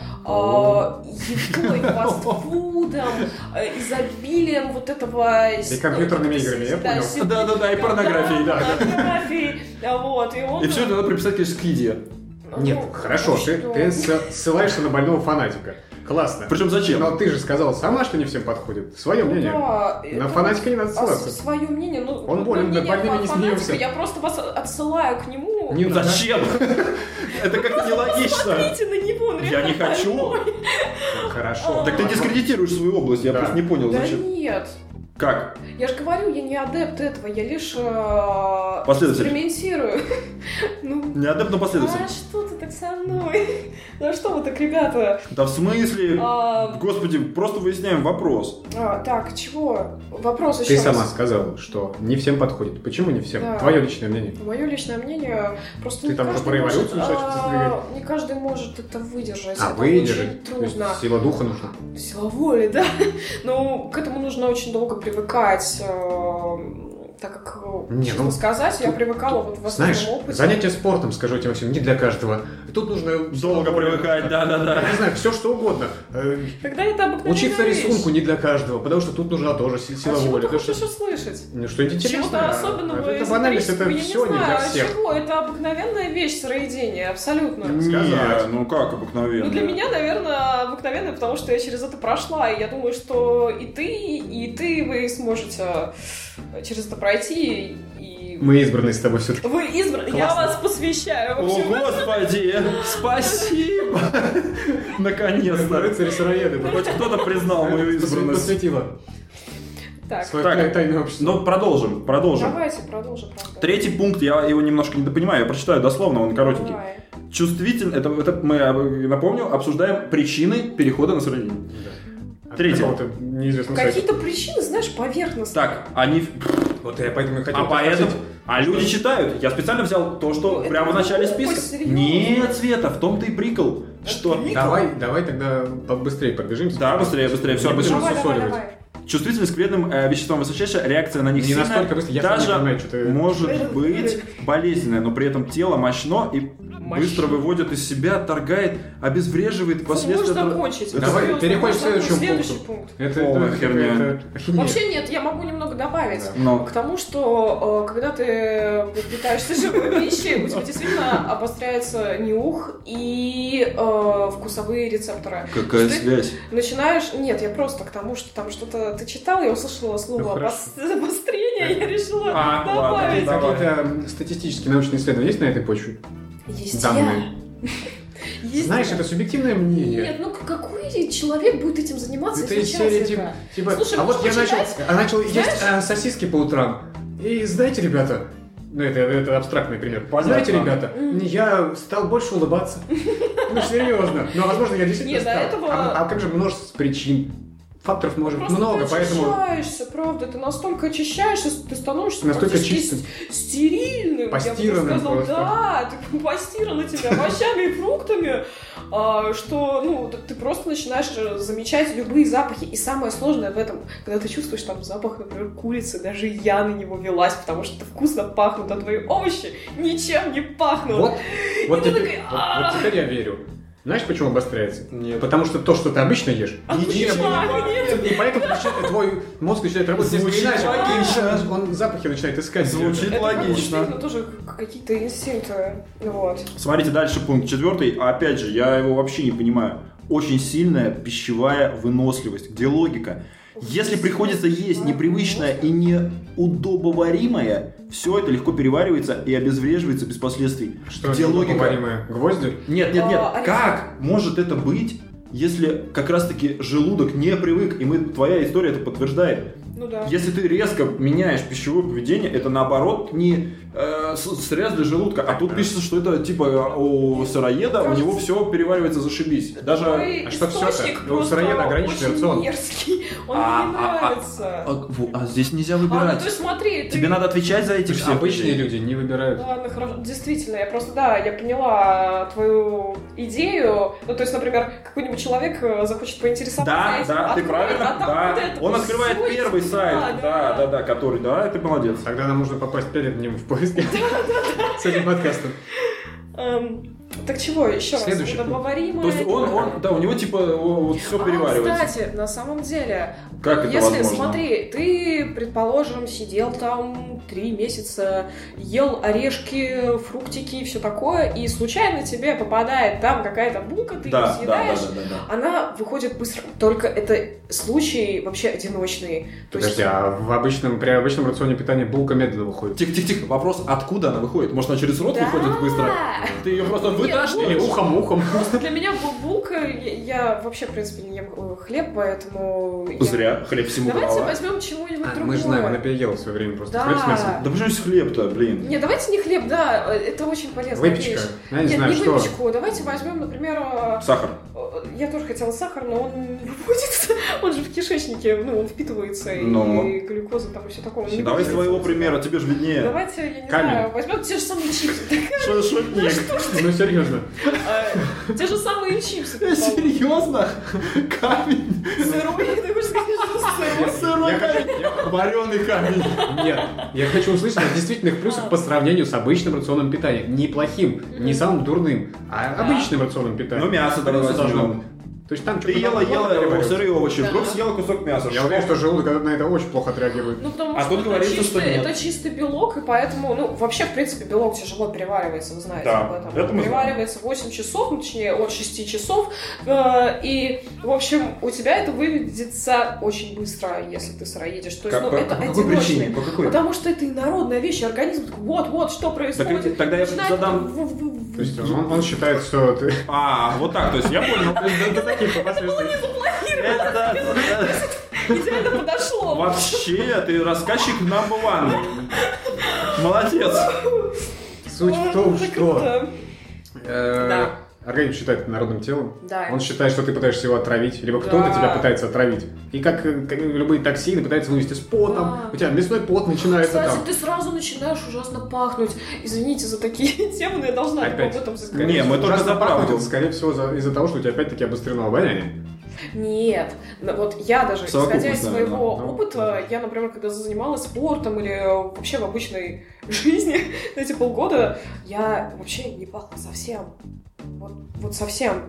едой, фастфудом, изобилием вот этого... И компьютерными играми, я понял. Да-да-да, и порнографией, да. Порнографией, вот, и он... И все это надо приписать, конечно, к еде. Нет, Ну, хорошо, что? ты ссылаешься на больного фанатика. Классно. Причем зачем? Но ты же сказала сама, что не всем подходит. Свое мнение. Да, На фанатика не надо а ссылаться. свое мнение, ну... Он болен, мнение над больными не фанатика, смеемся. Я просто вас отсылаю к нему. Не надо. Зачем? Это как-то нелогично. Смотрите на него, он Я реально не хочу. больной. Хорошо. Так ты дискредитируешь свою область, я Да. просто не понял, Да зачем. нет. Как? Я же говорю, я не адепт этого, я лишь Последователь. экспериментирую. Ну, Не адепт, но а последователь. что ты так со мной? Ну что вы так, ребята? Да в смысле? А, Господи, просто выясняем вопрос. Так, чего? Вопрос Ты еще сама раз. сказала, что не всем подходит. Почему не всем? Да. Твое личное мнение. Мое личное мнение, просто Ты не там уже каждый про эволюцию может, начала что-то сдвигать? не каждый может это выдержать. А это выдержать. очень То есть трудно. сила духа нужна. Сила воли, да. Но к этому нужно очень долго привыкать. так как, Не, честно ну, сказать, я привыкала вот в основном Знаешь, опыте. занятие спортом, скажу тебе, Максим, не для каждого. Тут нужно... Долго привыкать, да-да-да. Я не знаю, все что угодно. Тогда это обыкновенная Учиться вещь. рисунку не для каждого, потому что тут нужна тоже сила А чего воли. ты То, хочешь что- услышать? Ну, что интересно. Чего-то особенного, Это банальность, это эзотерического, я все не не для знаю, всех. чего? Это обыкновенная вещь сыроедения, абсолютно. Не, ну как обыкновенно? Ну, для меня, наверное, обыкновенная, потому что я через это прошла, и я думаю, что и ты, вы сможете через это пройти, и... Мы избранные с тобой все-таки. Вы избраны, я Классно. вас посвящаю. В О, общем, Господи! Спасибо! Наконец-то! Рыцари-сыроеды. Хоть кто-то признал мою избранность. Посвятила так, свое Так. тайное общество. Ну, продолжим. давайте продолжим, правда. Третий пункт, я его немножко недопонимаю, я прочитаю дословно, он коротенький. Давай. Это мы, напомню, обсуждаем причины перехода на сыроедение. От Третье. какого-то неизвестного сайта. Какие-то причины, знаешь, поверхностные. Так, они... Вот я поэтому и хотел А поэтому... спросить. А люди читают. Я специально взял то, что Ну, прямо в это начале глупо, списка. серьезно. Нет, Света, в том-то и прикол. Что... Давай тогда побыстрее пробежимся. Да, быстрее, все, Не будем Давай, рассусоливать. Чувствительность к вредным веществам высочайшая, реакция на них Не сильная, настолько быстро, я сам не даже понимаю, что ты- может быть болезненная, но при этом тело мощно и быстро выводит из себя, торгает, обезвреживает последствия. Можно кончить. Давай, Серьезно, переходим к можно следующему следующий пункту. пункт. Это Полная херня. какая-то ахинея. Вообще нет, я могу немного добавить. Да. Но К тому, что когда ты питаешься живой пищей, у тебя действительно обостряется нюх и вкусовые рецепторы. какая Ты связь? начинаешь... Нет, я просто к тому, что там что-то ты читал, я услышала Ну, слово хорошо. обострение, я решила А, добавить. ладно, Какие-то статистические научные исследования есть на этой почве? Есть Данные. Есть Знаешь, я. это субъективное мнение. Нет, ну какой человек будет этим заниматься, Это если из часто серии это? типа, Слушай, а вот можешь я почитать? начал есть Знаешь? сосиски по утрам. И знаете, ребята, ну это абстрактный пример. Понятно. Знаете, ребята, я стал больше улыбаться. Ну серьезно. Но возможно я действительно Нет, до стал. этого- А как же множество причин? Факторов может быть Просто много, ты поэтому очищаешься, правда, ты настолько очищаешься, ты становишься Настолько практически чистым. стерильным, Постиранным я бы сказала. просто. Да, ты постиран этими овощами и фруктами, что, ну, ты просто начинаешь замечать любые запахи. И самое сложное в этом, когда ты чувствуешь там запах, например, курицы, даже я на него велась, потому что вкусно пахнут, а твои овощи ничем не пахнут. вот И ты теперь такой, вот теперь я верю. Знаешь, почему обостряется? Нет. Потому что то, что ты обычно ешь, ничем нет. и поэтому твой мозг начинает работать несколько Звучит иначе. логично. Он запахи начинает искать. Звучит Это как бы логично. действительно тоже какие-то инстинкты, вот. Смотрите, дальше пункт 4. Опять же, я его вообще не понимаю. Очень сильная пищевая выносливость. Где логика? Если приходится есть непривычное и неудобоваримое, все это легко переваривается и обезвреживается без последствий. Что Где логика? говоримое? Гвозди? Нет. Алексей. Как может это быть, если как раз-таки желудок не привык, и твоя история это подтверждает? Ну да. Если ты резко меняешь пищевое поведение, это наоборот не стресс для желудка, а тут пишется, что это типа у сыроеда, у него все переваривается зашибись. Даже... Твой А что всё-то? источник Ну, у просто сыроеда ограниченный очень рацион. мерзкий, он мне не нравится. А здесь нельзя Ну выбирать. то есть смотри, Тебе надо отвечать за этих всех Обычные людей. люди не выбирают. Ладно, хорошо, действительно, я просто, да, я поняла твою идею. Ну, то есть, например, какой-нибудь человек захочет поинтересоваться Да, этим, да, ты откроет, правильно, а там да. вот это Он вот открывает свой, первый сайт, да, который, да, ты молодец. Тогда нам нужно попасть перед ним в поиске с этим подкастом. Так чего, еще раз, Следующий пункт. удобоваримое. То есть да, у него типа вот все переваривается. Кстати, на самом деле, Как это если, возможно? смотри, ты, предположим, сидел там 3 месяца, ел орешки, фруктики и все такое, и случайно тебе попадает там какая-то булка, ты ее Да, съедаешь, да. она выходит быстро. Только это случаи вообще одиночные. То есть- Подожди, а при обычном рационе питания булка медленно выходит? Тихо. Вопрос, откуда она выходит? Может, она через рот Да. выходит быстро? Ты ее просто Нет, вытаскиваешь? Или ухом. Просто для меня булка, я вообще, в принципе, не ем хлеб, поэтому... я- Зря, хлеб всему Давайте голова. возьмем чего-нибудь другое. Мы же знаем, она переела в свое время просто. Да. Хлеб с мясом. Да почему здесь хлеб-то, блин? Не, давайте не хлеб, да, это очень полезная Выпечка. вещь. Я не Нет, знаю, не что. выпечку, давайте возьмем, например, Сахар. я тоже хотела сахар, но он не выводится, он же в кишечнике, ну, он впитывается, Но. и глюкоза там и все такое. он не Давай с выводится. твоего примера, тебе же виднее. Давайте, я не Камень. знаю, возьмем те же самые чипсы. Шутник. Ну серьезно. Те же самые чипсы. предположим. Серьезно? Камень? Сырой, ты хочешь сказать, что сырой? сырой камень, вареный камень. Нет, я хочу услышать о действительных плюсах по сравнению с обычным рационом питания. Не плохим, не самым дурным, а обычным рационом питания. Ну, мясо давай возьмем. То есть там Ты ела сырые овощи, вдруг съела кусок мяса. Я уверен, что желудок на это очень плохо отреагирует. Ну, потому А что тут это говорится, что нет. Это чистый белок, и поэтому, ну, вообще, в принципе, белок тяжело переваривается, вы знаете Да, об этом. это мы Переваривается 8 часов, ну, точнее, от 6 часов, и, в общем, у тебя это выведется очень быстро, если ты сыроедешь. То есть, ну, это по какой причине? одиночный. По какой? Потому что это инородная вещь, и организм такой, вот, что происходит. Тогда я Начинает задам... То есть он считает, что ты... Вот так, то есть я понял. Идеально подошло. Вообще, ты рассказчик number one. Молодец. Суть в том, Так что Да. организм считает это народным телом. Да. Он считает, что ты пытаешься его отравить, либо кто-то Да. тебя пытается отравить. И как любые токсины пытаются вывести с потом. Да. У тебя мясной пот начинается Кстати, там. ты сразу начинаешь ужасно пахнуть. Извините за такие темы, но я должна Опять. об этом сказать. Не, мы только Ужасно за пахнет, правду. это, скорее всего, из-за того, что у тебя опять-таки обострено обоняние. Нет, но вот я даже, исходя из Совокупность, своего наверное, да. опыта, я, например, когда занималась спортом или вообще в обычной жизни эти полгода, я вообще не пахла совсем. Вот совсем.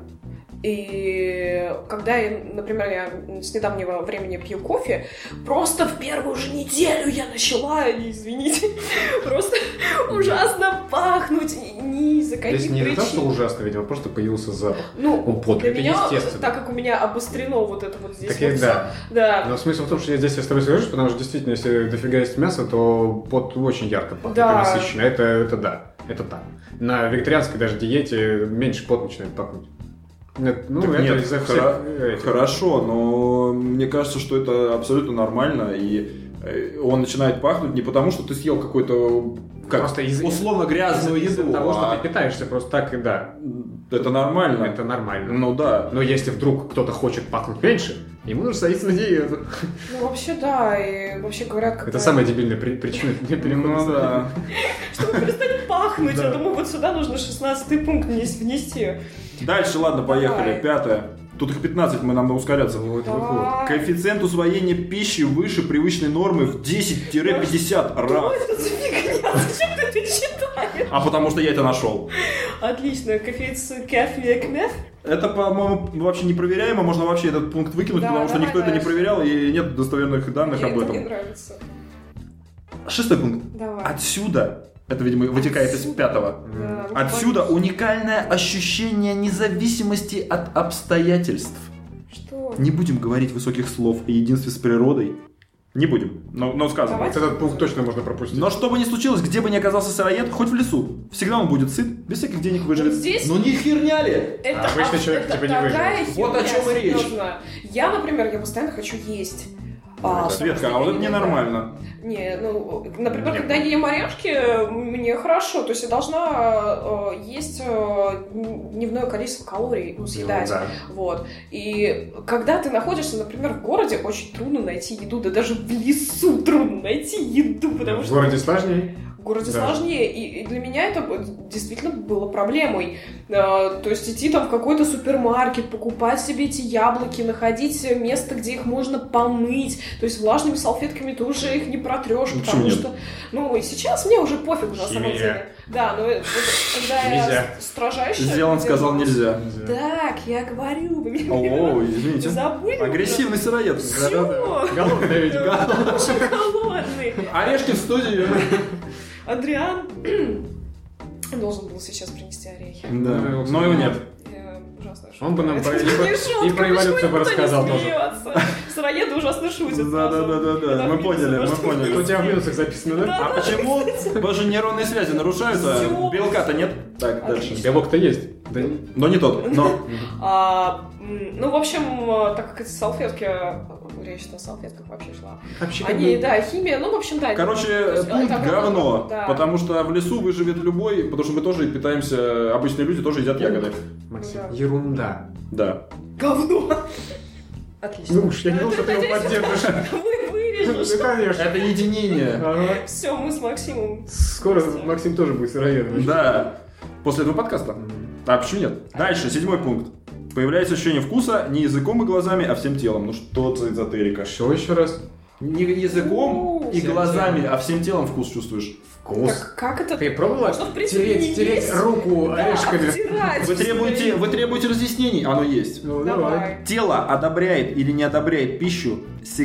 И когда я, например, я с недавнего времени пью кофе, просто в первую же неделю я начала, извините, просто ужасно пахнуть ни из-за каких Здесь не причин. то, что ужасно, видимо, просто появился запах. Ну, Он потный, для это меня, естественно. так как у меня обострено вот это вот здесь Так вот и всё, да. да. Но смысл в том, что я здесь с тобой соглашусь, потому что действительно, если дофига есть мясо, то пот очень ярко пахнет, Да. и насыщенно. Это да, это так. На вегетарианской даже диете меньше пот начинает пахнуть. Ну, Так это нет, из-за всех этих. хорошо, но мне кажется, что это абсолютно нормально, и он начинает пахнуть не потому, что ты съел какой-то Просто условно грязную из-за еду, того, что а ты питаешься просто так, и да. это нормально. Это нормально. Ну да. Но если вдруг кто-то хочет пахнуть меньше, ему нужно садиться на диету. Ну, вообще, да, и вообще говорят, когда... Это самая дебильная причина для перехода. Ну да. Чтобы перестать пахнуть, Да. я думаю, вот сюда нужно 16-й пункт внести. Дальше, ладно, поехали. Давай. 5-е. Тут их 15, нам надо ускоряться. Да. Коэффициент усвоения пищи выше привычной нормы в 10-50 раз. Что это за фигня? Зачем ты это читаешь? А потому что я это нашел. Отлично, коэффициент кафе. Это, по-моему, вообще непроверяемо. Можно вообще этот пункт выкинуть, Да, потому что давай никто это не дальше. проверял и нет достоверных данных об Мне этом. нравится. 6-й пункт. Давай. Отсюда, это, видимо, вытекает из 5-го. Да, ну, Отсюда уникальное ощущение независимости от обстоятельств. Что? Не будем говорить высоких слов о единстве с природой. Не будем, но сказано. Давайте. Вот этот пункт точно можно пропустить. Но что бы ни случилось, где бы ни оказался сыроед, хоть в лесу, всегда он будет сыт, без всяких денег выживет. Вот здесь- Ну не херня ли? Это Обычный человек это типа не такая выживет. Вот о херня, чем и речь. серьезно. Я, например, я постоянно хочу есть. Светка, а вот это ненормально. Не, ну, например, Нет. когда я ем орешки, мне хорошо, то есть я должна есть дневное количество калорий, ну, съедать. Ну, да. Вот. И когда ты находишься, например, в городе, очень трудно найти еду, да даже в лесу трудно найти еду, потому В что городе сложнее. в городе Да. сложнее, и для меня это действительно было проблемой. То есть идти там в какой-то супермаркет, покупать себе эти яблоки, находить место, где их можно помыть. То есть влажными салфетками ты уже их не протрешь, Ну, потому почему нет? что... Ну, и сейчас мне уже пофигу, на самом Химия. деле. Да, но вот когда Нельзя. я строжайше... Сделан сказал нельзя. Так, я говорю, вы меня О, извините. забыли? Агрессивный сыроед. Чего? Голодный ведь. Шоколадный. Орешки в студию. Адриан должен был сейчас принести орехи. Да, но его нет. Я ужасно шутка. Он бы нам Это про- не и шутка, про эволюцию почему бы никто не рассказал тоже. смеется? Сыроеды ужасно шутят. Да, мы поняли, мы У поняли. тебя в минусах записано, да? А почему? Потому что нейронные связи нарушаются, Всё. белка-то нет. Так, дальше. Отлично. Белок-то есть. Да. Но не тот. Но. Ну, в общем, так как эти салфетки, речь на салфетках вообще шла. Вообще, Они, да, химия, ну, в общем, да. Короче, то есть, пункт это говно, да. потому что в лесу выживет любой, потому что мы тоже питаемся, обычные люди тоже едят ягоды. Максим, Да. ерунда. Да. Говно. Отлично. Ну уж, я не думал, что ты его поддержишь. Вы вырежешь. Ну, конечно. Это единение. Ага. Все, мы с Максимом. Скоро Максим тоже будет сыроедом. Да. После этого подкаста. А почему нет? Дальше, 7-й пункт. Появляется ощущение вкуса не языком и глазами, а всем телом. Ну что за эзотерика? Что еще раз? Не языком и Всем глазами, телом. а всем телом вкус чувствуешь. Вкус. Так как это? Ты пробовала Можно, в принципе, не тереть есть. руку Да, орешками? обтирать. Вы требуете разъяснений? Оно есть. Ну, Давай. Тело одобряет или не одобряет пищу,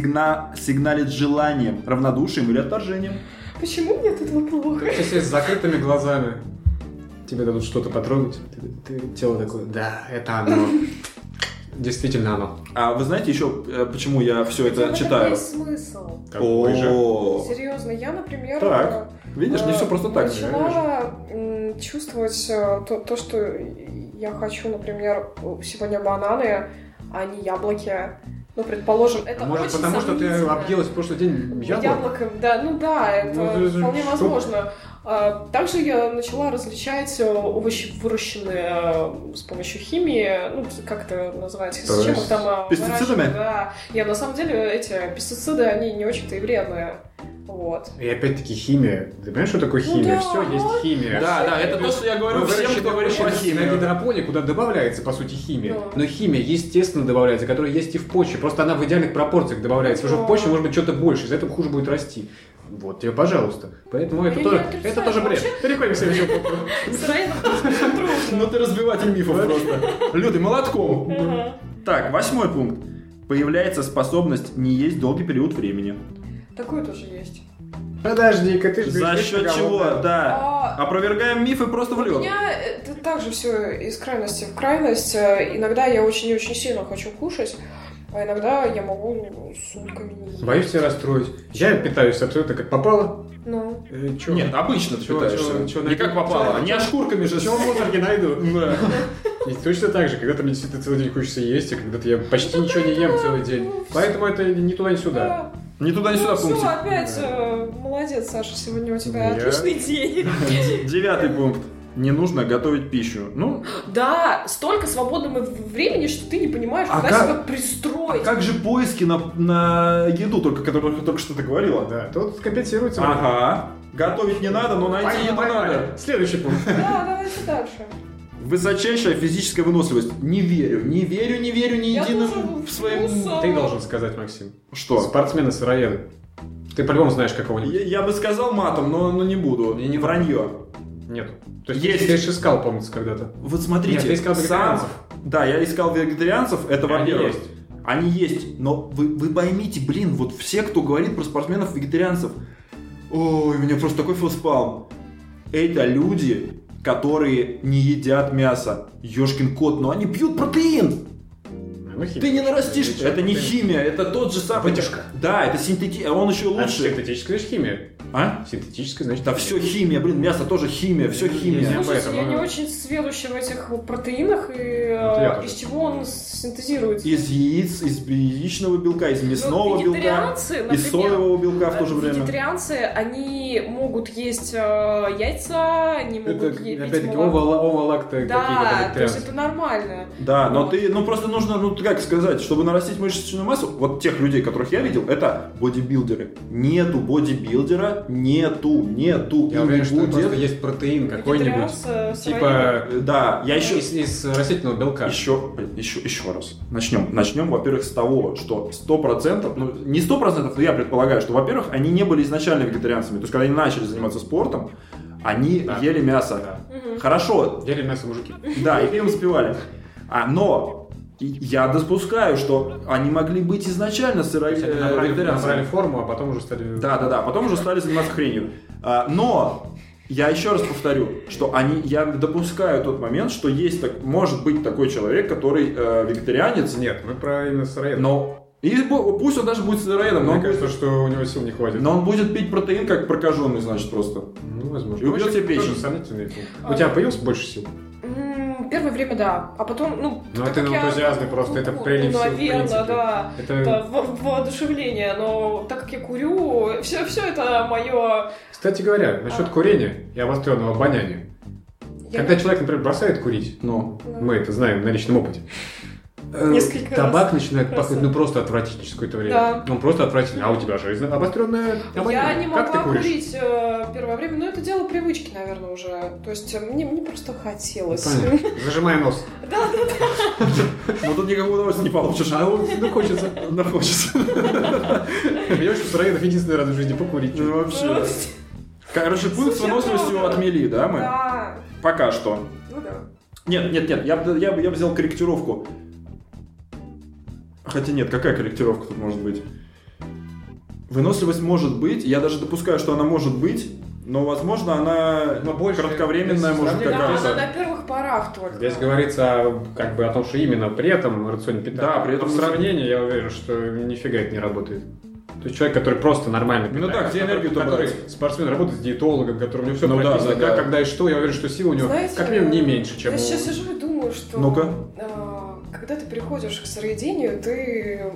сигналит желанием, равнодушием или отторжением. Почему мне от этого плохо? Если с закрытыми глазами тебе дадут что-то потрогать, ты тело такое, да, это оно. Действительно оно. А вы знаете еще, почему я все это В этом читаю? есть смысл. Какой же? О, Серьезно, я, например, Так. Видишь, не все просто так. начала чувствовать то, что я хочу, например, сегодня бананы, а не яблоки. Ну, предположим, это Может, очень потому что ты сомнительно. объелась в прошлый день яблок? Яблоком, да, ну да, это Ну, вполне что? возможно. Также я начала различать овощи, выращенные с помощью химии, ну, как это называется, То с чем их есть там пестицидами? выращивают, да. И на самом деле эти пестициды, они не очень-то и вредные. Вот. И опять-таки химия. Ты понимаешь, что такое химия? да. Все есть химия. Да, это то, что я говорю всем, кто говорит про на химию. гидропонике, куда добавляется, по сути, химия. Да. Но химия, естественно, добавляется, которая есть и в почве. Просто она в идеальных пропорциях добавляется. Потому что в Да. почве может быть что-то больше, из-за этого хуже будет расти. Вот тебе, пожалуйста. Поэтому это Я тоже, не отрицаю. это тоже бред. Переходим к следующему пункту. С Райаном трудно. Ну ты разбиватель мифов просто. Люди, молотком. Ага. Так, 8 пункт. Появляется способность не есть долгий период времени. Такое тоже есть. Подожди-ка, ты же За счет чего? Да. Опровергаем мифы просто в У лед. меня это также все из крайности в крайность. Иногда я очень и очень сильно хочу кушать, а иногда я могу сутками не есть. Боюсь тебя расстроить. Я питаюсь абсолютно как попало. Ну, Чё? Нет, обычно ты Чё, питаешься. чё, Не как попало. чё, Не ошкурками же. Чего в мусорке найду? Да. И точно так же, когда-то мне действительно целый день хочется есть, а когда-то я почти ничего не ем целый день. Поэтому это ни туда, ни сюда. да. Не туда, не сюда Все, пунктик. опять молодец, Саша, сегодня у тебя Я- отличный день. 9 пункт. Не нужно готовить пищу. Ну, Да, столько свободного времени, что ты не понимаешь, А куда как- себя пристроить. как же поиски на еду, которую только что ты говорила? Да, тут компенсируется. Ага. Готовить не надо, но найти еду надо. Следующий пункт. Да, давайте дальше. Высочайшая физическая выносливость. Не верю ни Я единым тоже в своем... вкуса. Ты должен сказать, Максим. Что? Спортсмены-сыроеды. Ты по-любому знаешь какого-нибудь. Я бы сказал матом, но не буду. Не Вранье. Нет. То есть Есть. ты же искал, помнится, когда-то. Вот смотрите. Нет, ты искал вегетарианцев. Да, я искал вегетарианцев, это Они во-первых. есть. Они есть, но вы поймите, блин, вот все, кто говорит про спортсменов-вегетарианцев, ой, у меня просто такой фейспалм. Это люди, которые не едят мясо. Ёшкин кот, но они пьют протеин. Ну, химия. Ты не нарастишь. Ты чё, Это не ты- химия, это тот же самый. Вытяжка. Да, это синтетический, он еще А лучше. синтетическая, значит, химия. А? Синтетическая, значит, Да все химия, блин, мясо тоже химия, все Я химия. не Слушайте, об этом, я но- не очень сведуща в этих протеинах, и я тоже. из чего он синтезируется. Из яиц, из яичного белка, из мясного Ну, белка, вегетарианцы, из например, соевого белка в то же время. Вегетарианцы, они могут есть яйца, они могут Это, пить опять-таки, молоко. оволакты Да, какие-то то есть вегетарианцы. это нормально. Да, но Вот. ты, ну просто нужно, ну как сказать, чтобы нарастить мышечную массу, вот тех людей, которых я видел, это бодибилдеры. Нету бодибилдера, нету, Я и уверен, не что будет. просто есть протеин какой-нибудь. Вегетарианцы Типа Да, я еще... из растительного белка. Еще раз. Начнем, во-первых, с того, что 100%, ну не 100%, но я предполагаю, что, во-первых, они не были изначально вегетарианцами. То есть, когда они начали заниматься спортом, они Да. ели мясо. Да. Мгм. Хорошо, Ели мясо мужики. да, и пивом запивали. Но я допускаю, что они могли быть изначально То есть они набрали вегетарианцами. форму, а потом уже стали... Да, потом уже стали заниматься хренью. Но я еще раз повторю, что я допускаю тот момент, что есть может быть такой человек, который вегетарианец, Нет, мы про именно сыроедов. но пусть он даже будет сыроедом, но Мне он будет, кажется, что у него сил не хватит. но он будет пить протеин как прокаженный, значит, просто. Ну, возможно. И убьет Вообще, себе печень. тоже сомнительный пункт. У тебя появилось больше сил? Первое время, да. А потом, Ну, так это как я- энтузиазм просто, это прилив сил, в наверное, принципе. да. Это... Это воодушевление, но так как я курю, все это мое... Кстати говоря, насчет курения и обостренного обоняния. Когда человек, например, бросает курить, Ну, мы это знаем на личном опыте, несколько Табак раз. начинает пахнуть, ну, просто отвратительно через какое-то время. Да. Он просто отвратительный. А у тебя же обостренное обоняние. Я не Как ты могла куришь? курить первое время, но это дело привычки, наверное, уже. То есть мне просто хотелось. Понятно. Зажимай нос. Ну тут никакого удовольствия не получишь. А вот, ну, хочется. Да, хочется. Понимаешь, что с районов единственный раз в жизни покурить. Ну, вообще. Короче, пункт с выносливостью отмели, да, мы? Да. Пока что. Ну да. Нет, я бы взял корректировку. Хотя нет, какая корректировка тут может быть? Выносливость может быть, я даже допускаю, что она может быть, но, возможно, она больше кратковременная, здесь может, Да, какая-то. она на первых порах только. Здесь говорится как бы о том, что именно при этом рационе питания. Да, при этом в сравнении я уверен, что нифига это не работает. То есть человек, который просто нормально Ну питается, да, где энергию-то который брать? спортсмен, работает с диетологом, который у него все Ну да, прописано, да, как, да. когда и что, я уверен, что сила у него Знаете, как минимум не меньше, чем я у... сейчас сижу и думаю, что Ну-ка. когда ты приходишь к сыроедению, ты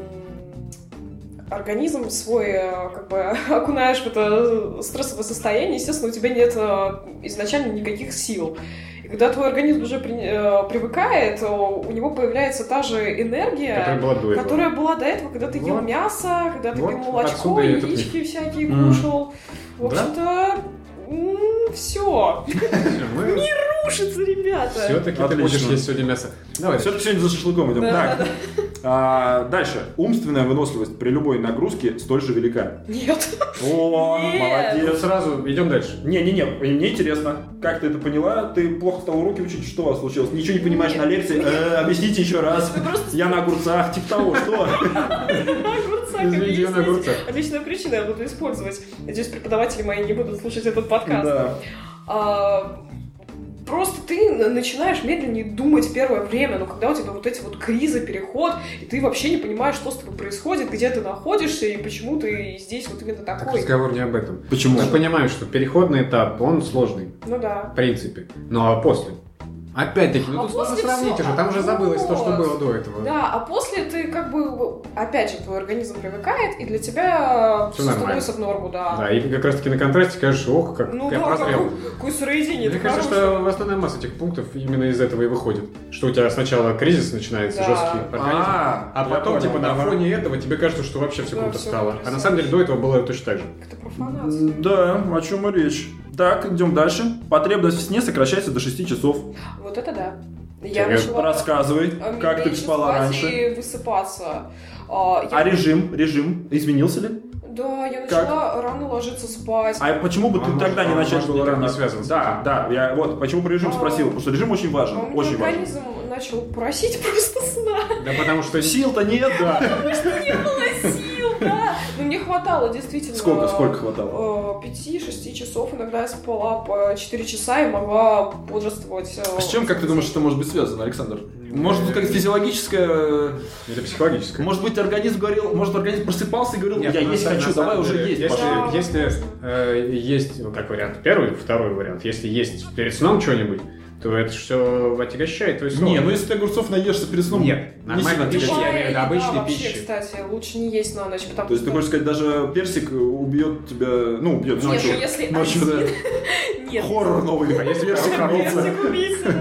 организм свой как бы окунаешь в это стрессовое состояние, естественно, у тебя нет изначально никаких сил. И когда твой организм уже привыкает, у него появляется та же энергия, которая была до этого. которая была до этого, когда ты ел Вот. мясо, когда ты Вот. пил молочко, Отсюда и этот яички всякие Мгм. кушал. В общем-то, все. Рушится, ребята. Все-таки ты Отлично. будешь есть сегодня мясо. Давай. Все-таки сегодня за шашлыком идем. Да, Так, дальше. Умственная выносливость при любой нагрузке столь же велика. Нет. О, Нет. молодец. Сразу идем дальше. Не, мне интересно, как ты это поняла? Ты плохо стал уроки учить, что у вас случилось? Ничего не понимаешь Нет. на лекции? Объясните еще раз. Вы просто Я на огурцах, типа того, что? огурца, Извините, я на огурцах. отличная причина, я буду использовать. Надеюсь, преподаватели мои не будут слушать этот подкаст. Да. Просто ты начинаешь медленнее думать первое время, но когда у тебя вот эти вот кризы, переход, и ты вообще не понимаешь, что с тобой происходит, где ты находишься и почему ты здесь вот именно Так такой. разговор не об этом. Почему? Мы понимаем, что переходный этап, он сложный, Ну да. в принципе. Ну а после? Опять-таки, ну А тут сложно после сравнить всё, уже, там уже забылось то, что вот. было до этого. Да, а после ты как бы, опять же, твой организм привыкает, и для тебя Всё все нормально. становится в норму, да. Да, и как раз таки на контрасте скажешь, ох, как Ну я да, прозрел. какое сыроедение, Мне это кажется, хорошее. что основная масса этих пунктов именно из этого и выходит. Что у тебя сначала кризис начинается, Да. жесткий организм, а я потом, понял, типа, на ага. фоне этого тебе кажется, что вообще все Да, круто всё стало. А потрясающе. на самом деле до этого было точно так же. Это профанация. Да, о чем и речь. Так, идем дальше. Потребность в сне сокращается до 6 часов. Вот это да. Я Интересно. начала Рассказывай, как ты меньше спала спать раньше. и высыпаться. А режим изменился ли? Да, я начала рано ложиться спать. А почему бы ты Он тогда не может, начать может, было никак рано? не связан с Да, этим. да, я вот почему про режим спросил, потому что режим очень важен, А у меня очень важен. организм начал просить просто сна. Да потому что Сил-то нет, да. Не было сил, да. Но мне хватало, действительно. Сколько хватало? 5-6 часов. Иногда я спала по 4 часа и могла бодрствовать. С чем, как ты думаешь, это может быть связано, Александр? Может быть, как физиологическое... это психологическое. Может быть, организм говорил, может, организм просыпался и говорил, Нет, я на есть самом- хочу, на давай самом уже деле, есть. Если, пошли. есть, ну, как вариант первый, второй вариант. Если есть перед сном что-нибудь, то это все отягощает твой сон. Не, ну если ты огурцов наешься перед сном... Нет, не нормально сильно пища, отягощает. я имею в виду обычной вообще, пищи. кстати, лучше не есть на ночь, потому То есть ты хочешь сказать, даже персик убьет тебя, ну, убьет Нет, ночью. ну если Ночью, один... да. Нет. Хоррор новый. А если персик прям убийца. Персик убийца.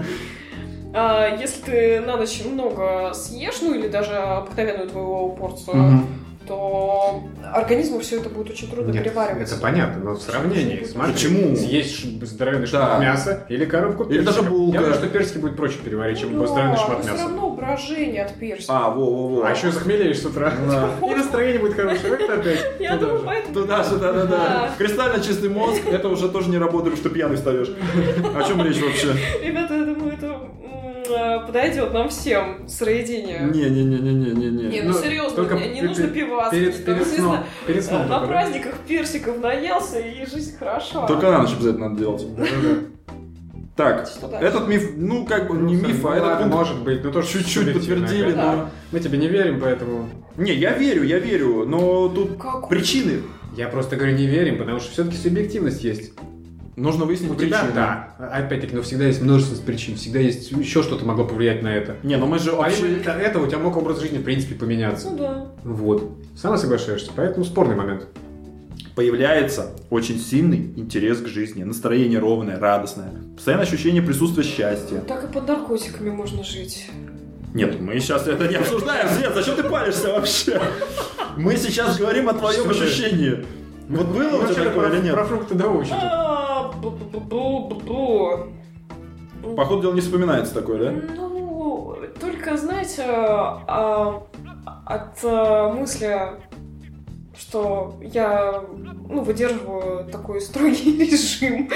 Если ты на ночь много съешь, ну или даже обыкновенную твою порцию, Мгм. то организму все это будет очень трудно Нет, переваривать. это понятно, но в сравнении, смотри, Почему? съесть здоровенный Да. шмат мяса или коробку Или персиков. даже булка. Я думаю, что персики будет проще переварить, чем Ну здоровенный да, шмат но все мяса. равно брожение от персика. А, во-во-во. А еще захмелеешь с утра. Да. И настроение будет хорошее. Это опять. Я туда думаю, же. поэтому... Туда же, да-да-да. Да. Кристально чистый мозг, это уже тоже не работает, потому что пьяный встаешь. О чем речь вообще? Ребята, я думаю, это подойдет нам всем сыроедение. Не-не-не-не-не-не. Не, ну Ну, серьезно, только мне не нужно пиваться. Перед сном. Перед сном. На только, да? праздниках персиков наелся, и жизнь хороша. Только на ночь обязательно надо делать. Да-да-да. Так, Что дальше? этот миф, ну как бы не миф, Ну, а этот ладно, пункт может быть, но тоже чуть-чуть субъективно, подтвердили, да. но... Мы тебе не верим, поэтому... Не, я верю, но тут Как? причины. Я просто говорю, не верим, потому что все-таки субъективность есть. Нужно выяснить У тебя, причины. да. Опять-таки, но всегда есть множество причин, всегда есть еще что-то могло повлиять на это. Не, ну мы же Помимо вообще... этого у тебя мог образ жизни, в принципе, поменяться. Ну да. Вот. Сама соглашаешься, поэтому спорный момент. Появляется очень сильный интерес к жизни, настроение ровное, радостное, постоянное ощущение присутствия счастья. Так и под наркотиками можно жить. Нет, мы сейчас это не обсуждаем, Свет, зачем ты палишься вообще? Мы сейчас говорим о твоем ощущении. Вот было у тебя такое или нет? Про фрукты да овощи. Походу, дело не вспоминается такое, да? Ну, только, знаете, от мысли, что я, выдерживаю такой строгий режим,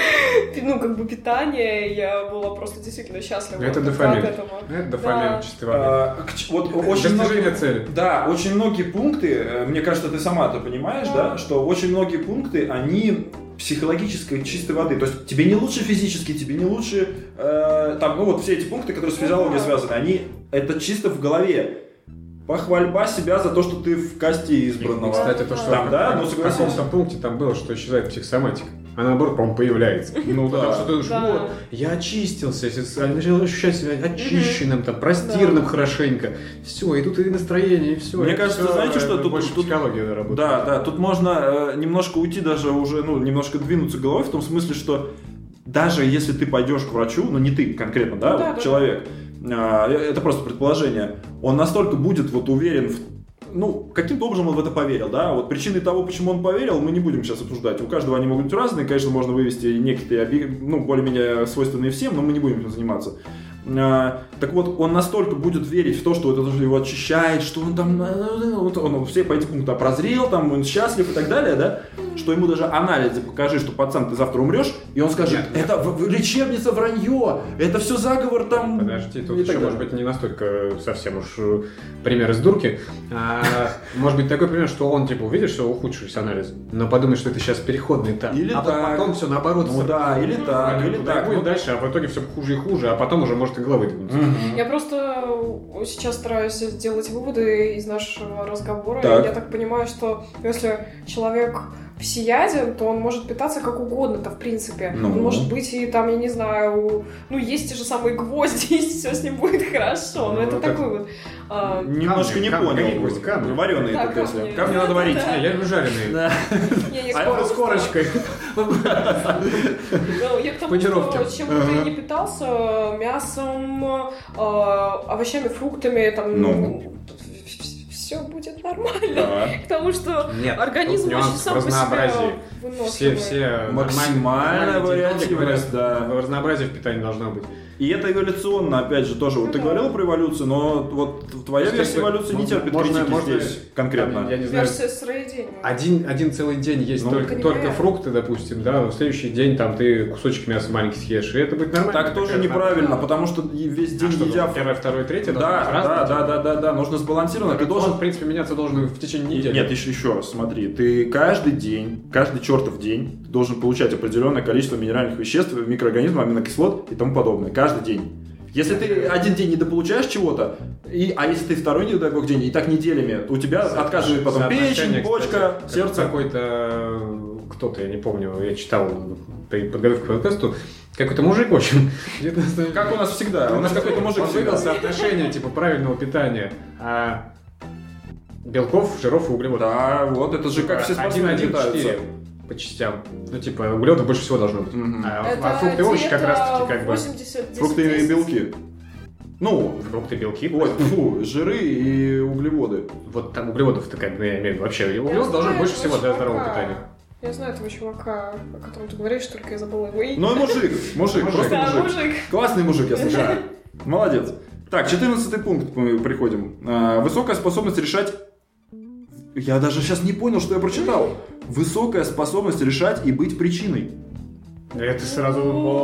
питания, я была просто действительно счастлива. Это дофамин. От этого. Это дофамин чистой воды. Вот очень многие цели. Да, очень многие пункты, мне кажется, ты сама это понимаешь, да, что очень многие пункты, они психологической чистой воды. То есть тебе не лучше физически, тебе не лучше все эти пункты, которые с физиологией связаны, они это чисто в голове. Похвальба себя за то, что ты в касте избранного. И, кстати, то, что там, в каком-то пункте там было, что исчезает психосоматика. Она, наоборот, по-моему, появляется. Ну да. Потому что ты думаешь, вот, я очистился, начал ощущать себя очищенным, простированным хорошенько. Все, и тут и настроение, и все. Мне кажется, знаете, что тут психология работает. Да, тут можно немножко уйти даже уже, немножко двинуться головой в том смысле, что даже если ты пойдешь к врачу, не ты конкретно, да, человек, это просто предположение, он настолько будет уверен каким-то образом он в это поверил, да, вот причины того, почему он поверил, мы не будем сейчас обсуждать, у каждого они могут быть разные, конечно, можно вывести некие, более-менее свойственные всем, но мы не будем этим заниматься. Так вот, он настолько будет верить в то, что это его очищает, что он там, он все по этим пунктам прозрел, там, он счастлив и так далее, да, что ему даже анализы покажи, что, пацан, ты завтра умрешь, и он скажет, это лечебница вранье, это все заговор там. Подожди, тут еще, может быть, не настолько совсем уж пример из дурки. Может быть, такой пример, что он, увидит, что ухудшились анализы, но подумает, что это сейчас переходный этап. Или потом все наоборот. Или так. Будет дальше, а в итоге все хуже и хуже, а потом уже может и головы двинуться. Я просто сейчас стараюсь сделать выводы из нашего разговора. Так. Я так понимаю, что если человек всеяден, то он может питаться как угодно-то, в принципе. Он может быть и там, я не знаю, есть те же самые гвозди, и все с ним будет хорошо. Но это такой вот... Немножко не понял. Камни. Вареные, да, так если. камни. Камни надо варить. Я люблю жареные. С корочкой. Я к тому, что чем бы ты не питался, мясом, овощами, фруктами, все будет нормально. Потому что организм очень сам по себе выносливый. Все максимальная вариативность, да. Разнообразие в питании должно быть. И это эволюционно, опять же, тоже. Вот ты говорил про эволюцию, но вот твоя версия эволюции не терпит критики здесь конкретно. Я не знаю. Версия сроедения. Один целый день есть только фрукты, допустим, да, в следующий день там ты кусочек мяса маленький съешь, и это будет нормально. Так тоже неправильно, потому что весь день едя... Первое, второе, третье? Да, нужно сбалансированно. Ты должен, в принципе, меняться должен в течение недели. Нет, еще раз, смотри, ты каждый чертов день должен получать определенное количество минеральных веществ, микроорганизмов, аминокислот и тому подобное. Каждый день. Если ты один день недополучаешь чего-то, а если ты второй, не дай бог, день, и так неделями, у тебя отказывает потом печень, почка, сердце. Какой-то кто-то, я не помню, я читал при подготовке к подкасту, какой-то мужик, в общем. Как у нас всегда. У нас какой-то мужик всегда. Он вывел соотношение правильного питания. Белков, жиров и углеводов. Да, вот это же как все спортсмены питаются. По частям. Углеводов больше всего должно быть. А фрукты и овощи как раз таки 80, фрукты и белки. Фрукты, белки. Жиры и углеводы. Вот там углеводов-то я имею в виду вообще. Углеводов должно больше всего для здорового питания. Я знаю этого чувака, о котором ты говоришь, только я забыла его имя. Мужик, просто да, мужик. Классный мужик, я слышал. Молодец. Так, 14 пункт мы приходим. Высокая способность решать... Я даже сейчас не понял, что я прочитал. Высокая способность решать и быть причиной. Это сразу...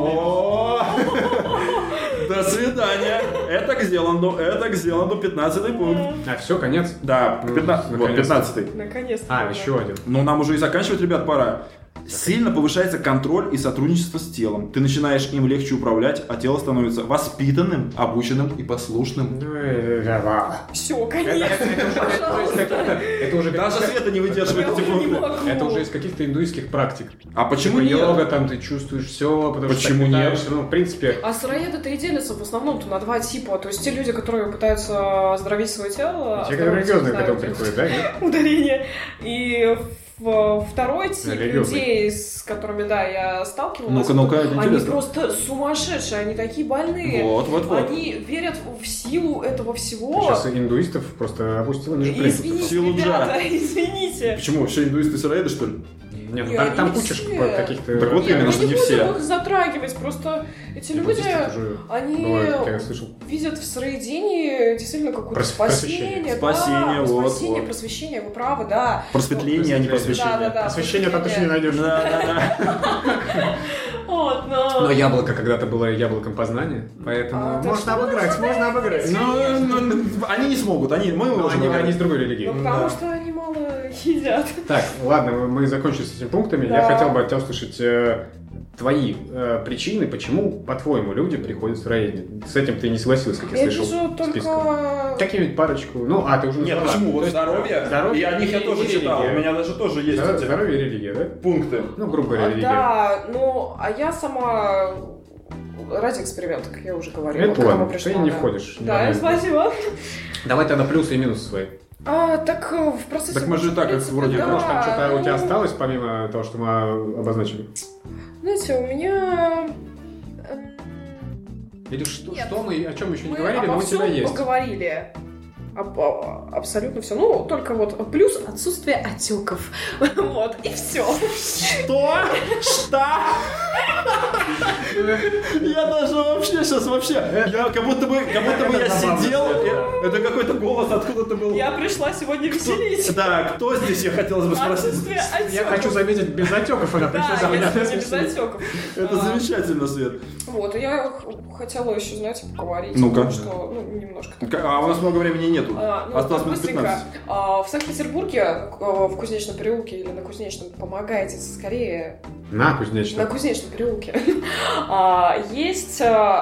До свидания. Это к Зеланду, 15-й пункт. Все, конец? Да, 15-й. Наконец-то. Еще один. Нам уже и заканчивать, ребят, пора. Сильно повышается контроль и сотрудничество с телом. Ты начинаешь им легче управлять, а тело становится воспитанным, обученным и послушным. Все, конечно. Это уже даже Света не выдерживает эти пункты. Это уже из каких-то индуистских практик. А почему нет? Йога, там ты чувствуешь все, потому что почему нет? В принципе. А сыроеды-то и делятся в основном-то на два типа. То есть те люди, которые пытаются оздоровить свое тело. Те, которые религиозные к этому приходят, да? Ударение. И второй тип людей, с которыми, да, я сталкивалась, Ну-ка, это они интересно. просто сумасшедшие, они такие больные. Вот. Они верят в силу этого всего. Сейчас индуистов просто опустило ниже плинтуса. Извините, Силу ребята, извините. Почему? Все индуисты сыроеды, что ли? Нет, Не, там они куча все. каких-то... Так вот Нет, именно, мы что не не будем все. их затрагивать, просто эти люди, Буддисты тоже они бывают, как я слышал. видят в сыроедении действительно какое-то спасение. Спасение, да, вот, спасение, вот. просвещение, вы правы, да. Просветление, а не просвещение. Да. Освещение там точно не найдешь. Да. Вот, Но яблоко когда-то было яблоком познания, поэтому так можно что обыграть, можно обыграть. Ну, они не смогут, мы Но можем они играть. с другой религии. Ну, потому что они мало едят. Так, ладно, мы закончили с этими пунктами. Да. Я хотел бы от тебя услышать твои причины, почему, по-твоему, люди приходят в сыроедение. С этим ты не согласилась, как я Я слышал. вижу в списках. только... Какие-нибудь парочку. Ну, ты уже Нет, назвала. почему? То Вот есть, здоровье, и о них я тоже и читал. У религия. меня даже тоже есть эти Здоровье и религия, да? пункты. Ну, грубо говоря, религия. Да, а я сама ради эксперимента, как я уже говорила. Это к этому ладно, пришла, ты не да. входишь. Да, Нормально. спасибо. Давай тогда плюсы и минусы свои. Так в процессе... Так мы же и так, в принципе, вроде, да, Может, там что-то у тебя ну, осталось, помимо того, что мы обозначили? Знаете, у меня... Или что, Нет. о чем еще не Мы говорили, но обо у тебя всем есть? поговорили. Абсолютно все. Ну, только вот плюс отсутствие отеков. Вот, и все. Что? Что? Я даже вообще сейчас я как будто бы я сидел, это какой-то голос откуда-то был. Я пришла сегодня веселить. Да, кто здесь, я хотелось бы спросить. Отсутствие отеков. Я хочу заметить, без отеков она пришла за Да, я меня. сегодня без отеков. Это замечательно, Свет. Вот, и я хотела еще, знаете, поговорить. Ну-ка. потому что, немножко. А у нас много времени нету. Осталось минут быстренько. 15. В Санкт-Петербурге, в Кузнечном переулке или на Кузнечном, помогайте скорее. На На Кузнечном. Кузнечном переулке есть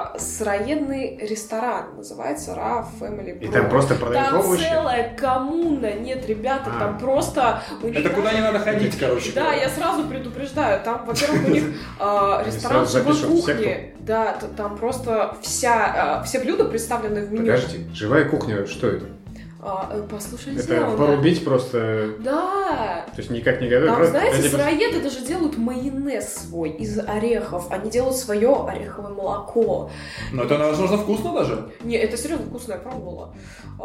сыроедный ресторан, называется Ra Family И Brew. там просто продают Там овощи. целая коммуна, нет, ребята, там просто... Это куда не надо ходить, короче. Да, я сразу предупреждаю, там, во-первых, у них ресторан сразу живой запишут в кухни. Да, там просто все блюда представлены в меню. Подожди, живая кухня, что это? Послушай, Это сделано. порубить просто... Да. То есть никак не готовить? Там, знаете, Просто- сыроеды даже делают майонез свой из орехов. Они делают свое ореховое молоко. Но это, возможно, вкусно даже. Не, это серьезно вкусно, я пробовала.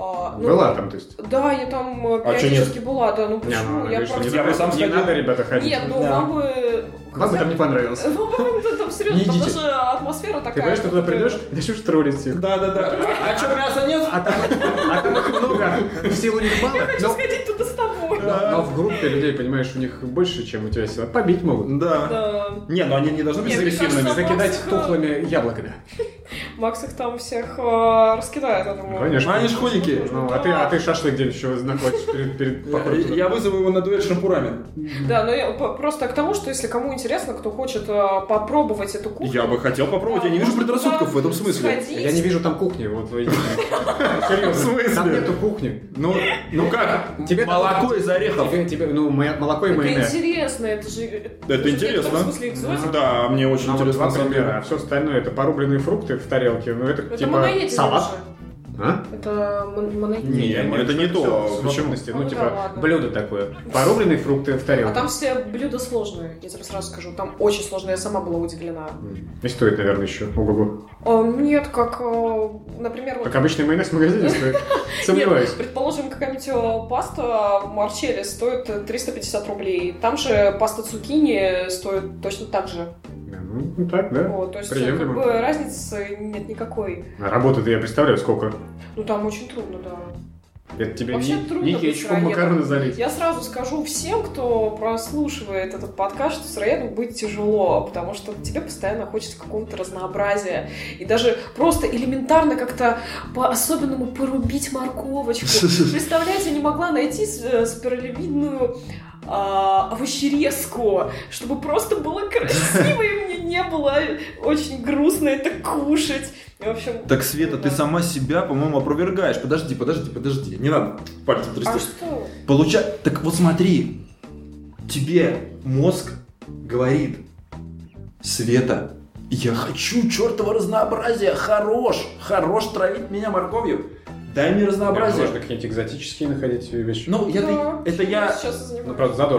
Была там, то есть? Да, я там А чё периодически была, да, ну Не, почему? ну, Я говоришь, что просто... Я бы сам не сходил. надо, ребята, ходить. Нет, ну Да. вам бы... Вам бы там не понравилось. Ну, там серьезно, Не там идите. даже атмосфера такая. Ты понимаешь, что туда придешь, начнешь троллить их. Да. А что, мяса нет? А там их много, сил у них мало, Хочу сходить туда с тобой. но в группе людей, понимаешь, у них больше, чем у тебя сила. Побить могут. Да. Да. Не, ну они не должны быть Нет, мне агрессивными. кажется, Закидать Макс, тухлыми яблоками. Макс их там всех раскидает, я думаю. Конечно. Они ж худенькие. Ну, а ты шашлык где-нибудь еще находишь перед походом туда. Я вызову его на дуэль с шампурами. Да, но я просто к тому, что если кому интересно, кто хочет попробовать эту кухню... Я бы хотел попробовать, я не вижу предрассудков в этом смысле. Сходить. Я не вижу там кухни, вот. Серьезно. В смысле? Там нету кухни. Ну как? Тебе Молоко из орехов. Молоко и Это майонез. интересно, это же... Это интересно. В смысле экзотика. Да, мне очень Ну, вот интересно. два на самом примера, деле. а все остальное это порубленные фрукты в тарелке. Ну, это Это типа моноедение салат. уже. А? Это моноедение. Не, это не то. В Почему? совокупности, ну, Ну, да, типа, ладно. блюдо такое. Порубленные фрукты в тарелке. А там все блюда сложные, я тебе сразу скажу. Там очень сложные, я сама была удивлена. И стоит, наверное, еще. Ого-го. Нет, как, например... вот- Как обычный майонез в магазине стоит. Сомневаюсь. Нет, предположим, какая-нибудь паста Марчелли стоит 350 рублей. Там же паста цукини стоит точно так же. Ну, так, да. Вот, то есть, как Приемлемо. бы, разницы нет никакой. А работы-то я представляю, сколько. Ну, там очень трудно, да. Это тебе Вообще не трудно быть кетчупом сыроедом. макароны залить. Я сразу скажу всем, кто прослушивает этот подкаст, что сыроедом быть тяжело, потому что тебе постоянно хочется какого-то разнообразия. И даже просто элементарно как-то по-особенному порубить морковочку. Представляете, я не могла найти спиралевидную овощерезку, чтобы просто было красиво, и мне не было очень грустно это кушать. И, в общем, Так, Света, ты сама себя, по-моему, опровергаешь. Подожди. Не надо пальцем трясти. А что? Так вот смотри, тебе мозг говорит: Света, я хочу чертова разнообразия, хорош травить меня морковью. Дай мне разнообразие. Можно какие-нибудь экзотические находить вещи. Ну, Да, это я... сейчас занимаюсь. Ну, правда, задорого.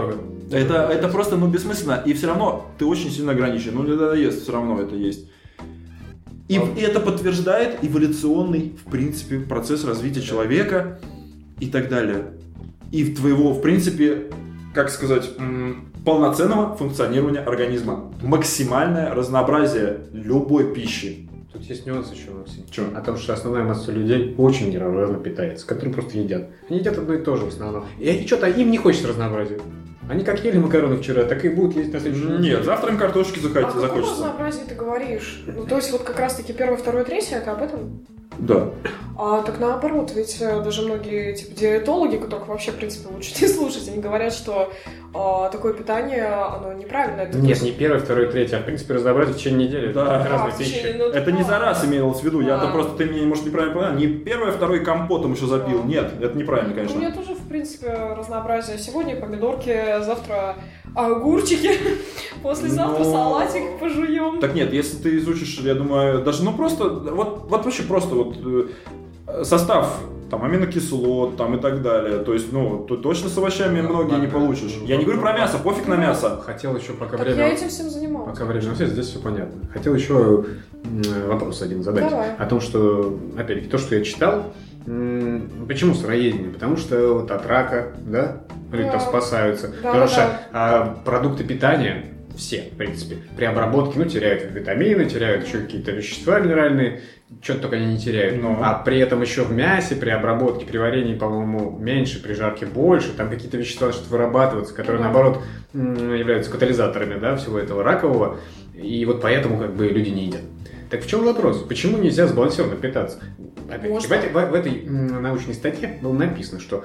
Это просто, бессмысленно. И все равно ты очень сильно ограничен. Не надоест, все равно это есть. И это подтверждает эволюционный, в принципе, процесс развития человека и так далее. И твоего, в принципе, как сказать, полноценного функционирования организма. Максимальное разнообразие любой пищи. Тут есть нюанс еще, Максим. Чё? О том, что основная масса людей очень неравноразно питается, которые просто едят. Они едят одно и то же в основном. И что-то им не хочется разнообразия. Они как ели макароны вчера, так и будут есть на следующий день. Нет, завтра им картошки захочется. О каком разнообразии ты говоришь? То есть вот как раз-таки 1, 2, 3 это об этом? Да. Так наоборот, ведь даже многие диетологи, которых вообще, в принципе, лучше не слушать, они говорят, что такое питание, оно неправильное. Нет, не 1, 2, 3, а в принципе разнообразие в течение недели. Да. Разные пищи. Это не за раз имелось в виду. Я-то просто, ты меня, может, неправильно понял. Не 1, 2 компотом еще запил. Нет, это неправильно, конечно. У меня тоже, в принципе, разнообразие. Сегодня помидорки, завтра огурчики, послезавтра салатик пожуем. Так нет, если ты изучишь, я думаю, даже просто, вот вообще просто состав там аминокислот там и так далее. То есть, тут точно с овощами многие не получишь. Я не говорю про мясо, пофиг на мясо. Хотел еще пока так время... я этим всем занималась. Пока время здесь все понятно. Хотел еще вопрос один задать. Давай. О том, что, опять-таки, то, что я читал, почему сыроедение? Потому что от рака, да, люди там спасаются. Потому что продукты питания, все, в принципе, при обработке, теряют витамины, теряют еще какие-то вещества минеральные, что-то только они не теряют. А при этом еще в мясе, при обработке, при варенье, по-моему, меньше, при жарке больше, там какие-то вещества начнут вырабатываться, которые, наоборот, являются катализаторами, да, всего этого ракового, и вот поэтому люди не едят. Так в чем вопрос? Почему нельзя сбалансированно питаться? Опять, в этой научной статье было написано, что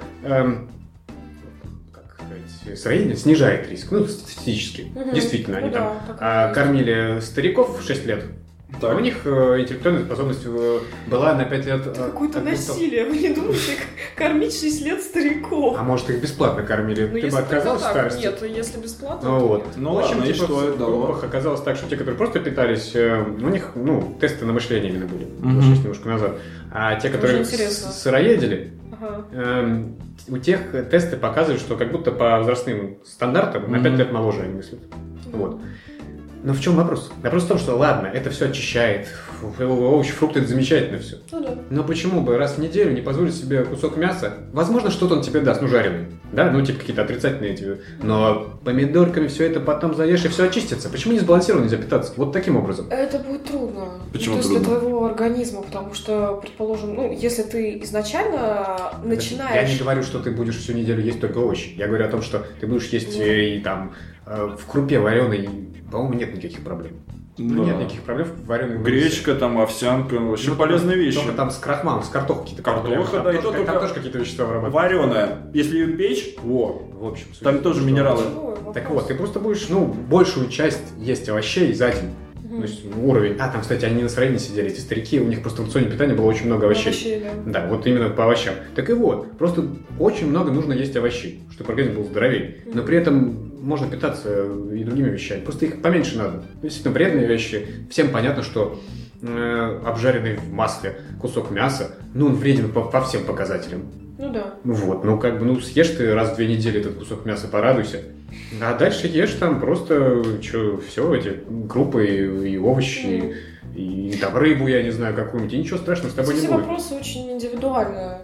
сыроедение снижает риск, статистически. Действительно, они кормили стариков в 6 лет. Так. У них интеллектуальная способность была на 5 лет... Это какое-то насилие, вы не думаете, кормить 6 лет стариков? А может, их бесплатно кормили? Ты бы отказался в старости? Нет, если бесплатно, то нет. В общем, в группах оказалось так, что те, которые просто питались, у них, тесты на мышление именно были, 6 немножко назад. А те, которые сыроедели, у тех тесты показывают, что как будто по возрастным стандартам на 5 лет моложе они мыслят. Вот. Но в чем вопрос? Вопрос в том, что ладно, это все очищает, овощи, фрукты, это замечательно все. Да. Но почему бы раз в неделю не позволить себе кусок мяса? Возможно, что-то он тебе даст, жареный, да, какие-то отрицательные эти. Но помидорками все это потом заешь и все очистится. Почему не сбалансированно нельзя питаться? Вот таким образом. Это будет трудно. Почему трудно? Для твоего организма, потому что, предположим, если ты изначально начинаешь... Я не говорю, что ты будешь всю неделю есть только овощи. Я говорю о том, что ты будешь есть и там в крупе вареной, по-моему, нет никаких проблем. Нет никаких проблем в вареной гречка, там, овсянка, вообще полезные вещи. Только там с крахмалом, с картохой какие-то картоха, да, и то только... Там тоже какие-то вещества вырабатывают. Вареная. Если ее печь, в общем, там тоже минералы. Так вот, ты просто будешь, большую часть есть овощей за день. То есть уровень. Там, кстати, они на сыроедении сидели, эти старики, у них просто в рационе питания было очень много овощей. Да, вот именно по овощам. Так и вот, просто очень много нужно есть овощей, чтобы организм был здоровее. Но при этом можно питаться и другими вещами. Просто их поменьше надо. Действительно, вредные вещи. Всем понятно, что обжаренный в масле кусок мяса, он вреден по всем показателям. Да. Съешь ты раз в 2 недели этот кусок мяса, порадуйся. А дальше ешь там просто все эти крупы и овощи, и там рыбу, я не знаю, какую-нибудь. И ничего страшного с тобой не будет. Все вопросы очень индивидуальные.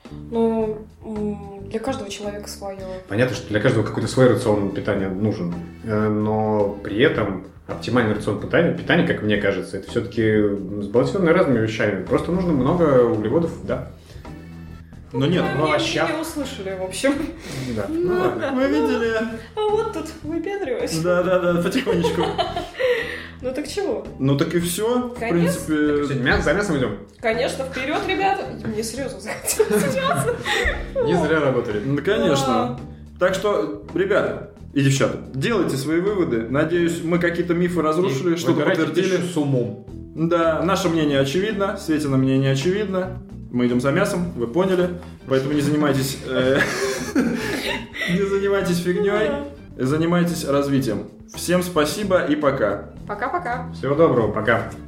Для каждого человека свое. Понятно, что для каждого какой-то свой рацион питания нужен. Но при этом оптимальный рацион питания, как мне кажется, это все-таки сбалансированный разными вещами. Просто нужно много углеводов, да. Но нет, в овощах. Мы не услышали, в общем. Да. Мы видели. А вот тут выпендриваюсь. Да, потихонечку. Так чего? Так и все, в принципе. За мясом идем? Конечно, вперед, ребята. Мне серьезно захотелось сейчас. Не зря работали. Конечно. Так что, ребята и девчата, делайте свои выводы. Надеюсь, мы какие-то мифы разрушили, что-то подтвердили. С умом. Да, наше мнение очевидно, Светина мнение очевидно. Мы идем за мясом, вы поняли. Поэтому не занимайтесь фигней, занимайтесь развитием. Всем спасибо и пока. Пока-пока. Всего доброго, пока.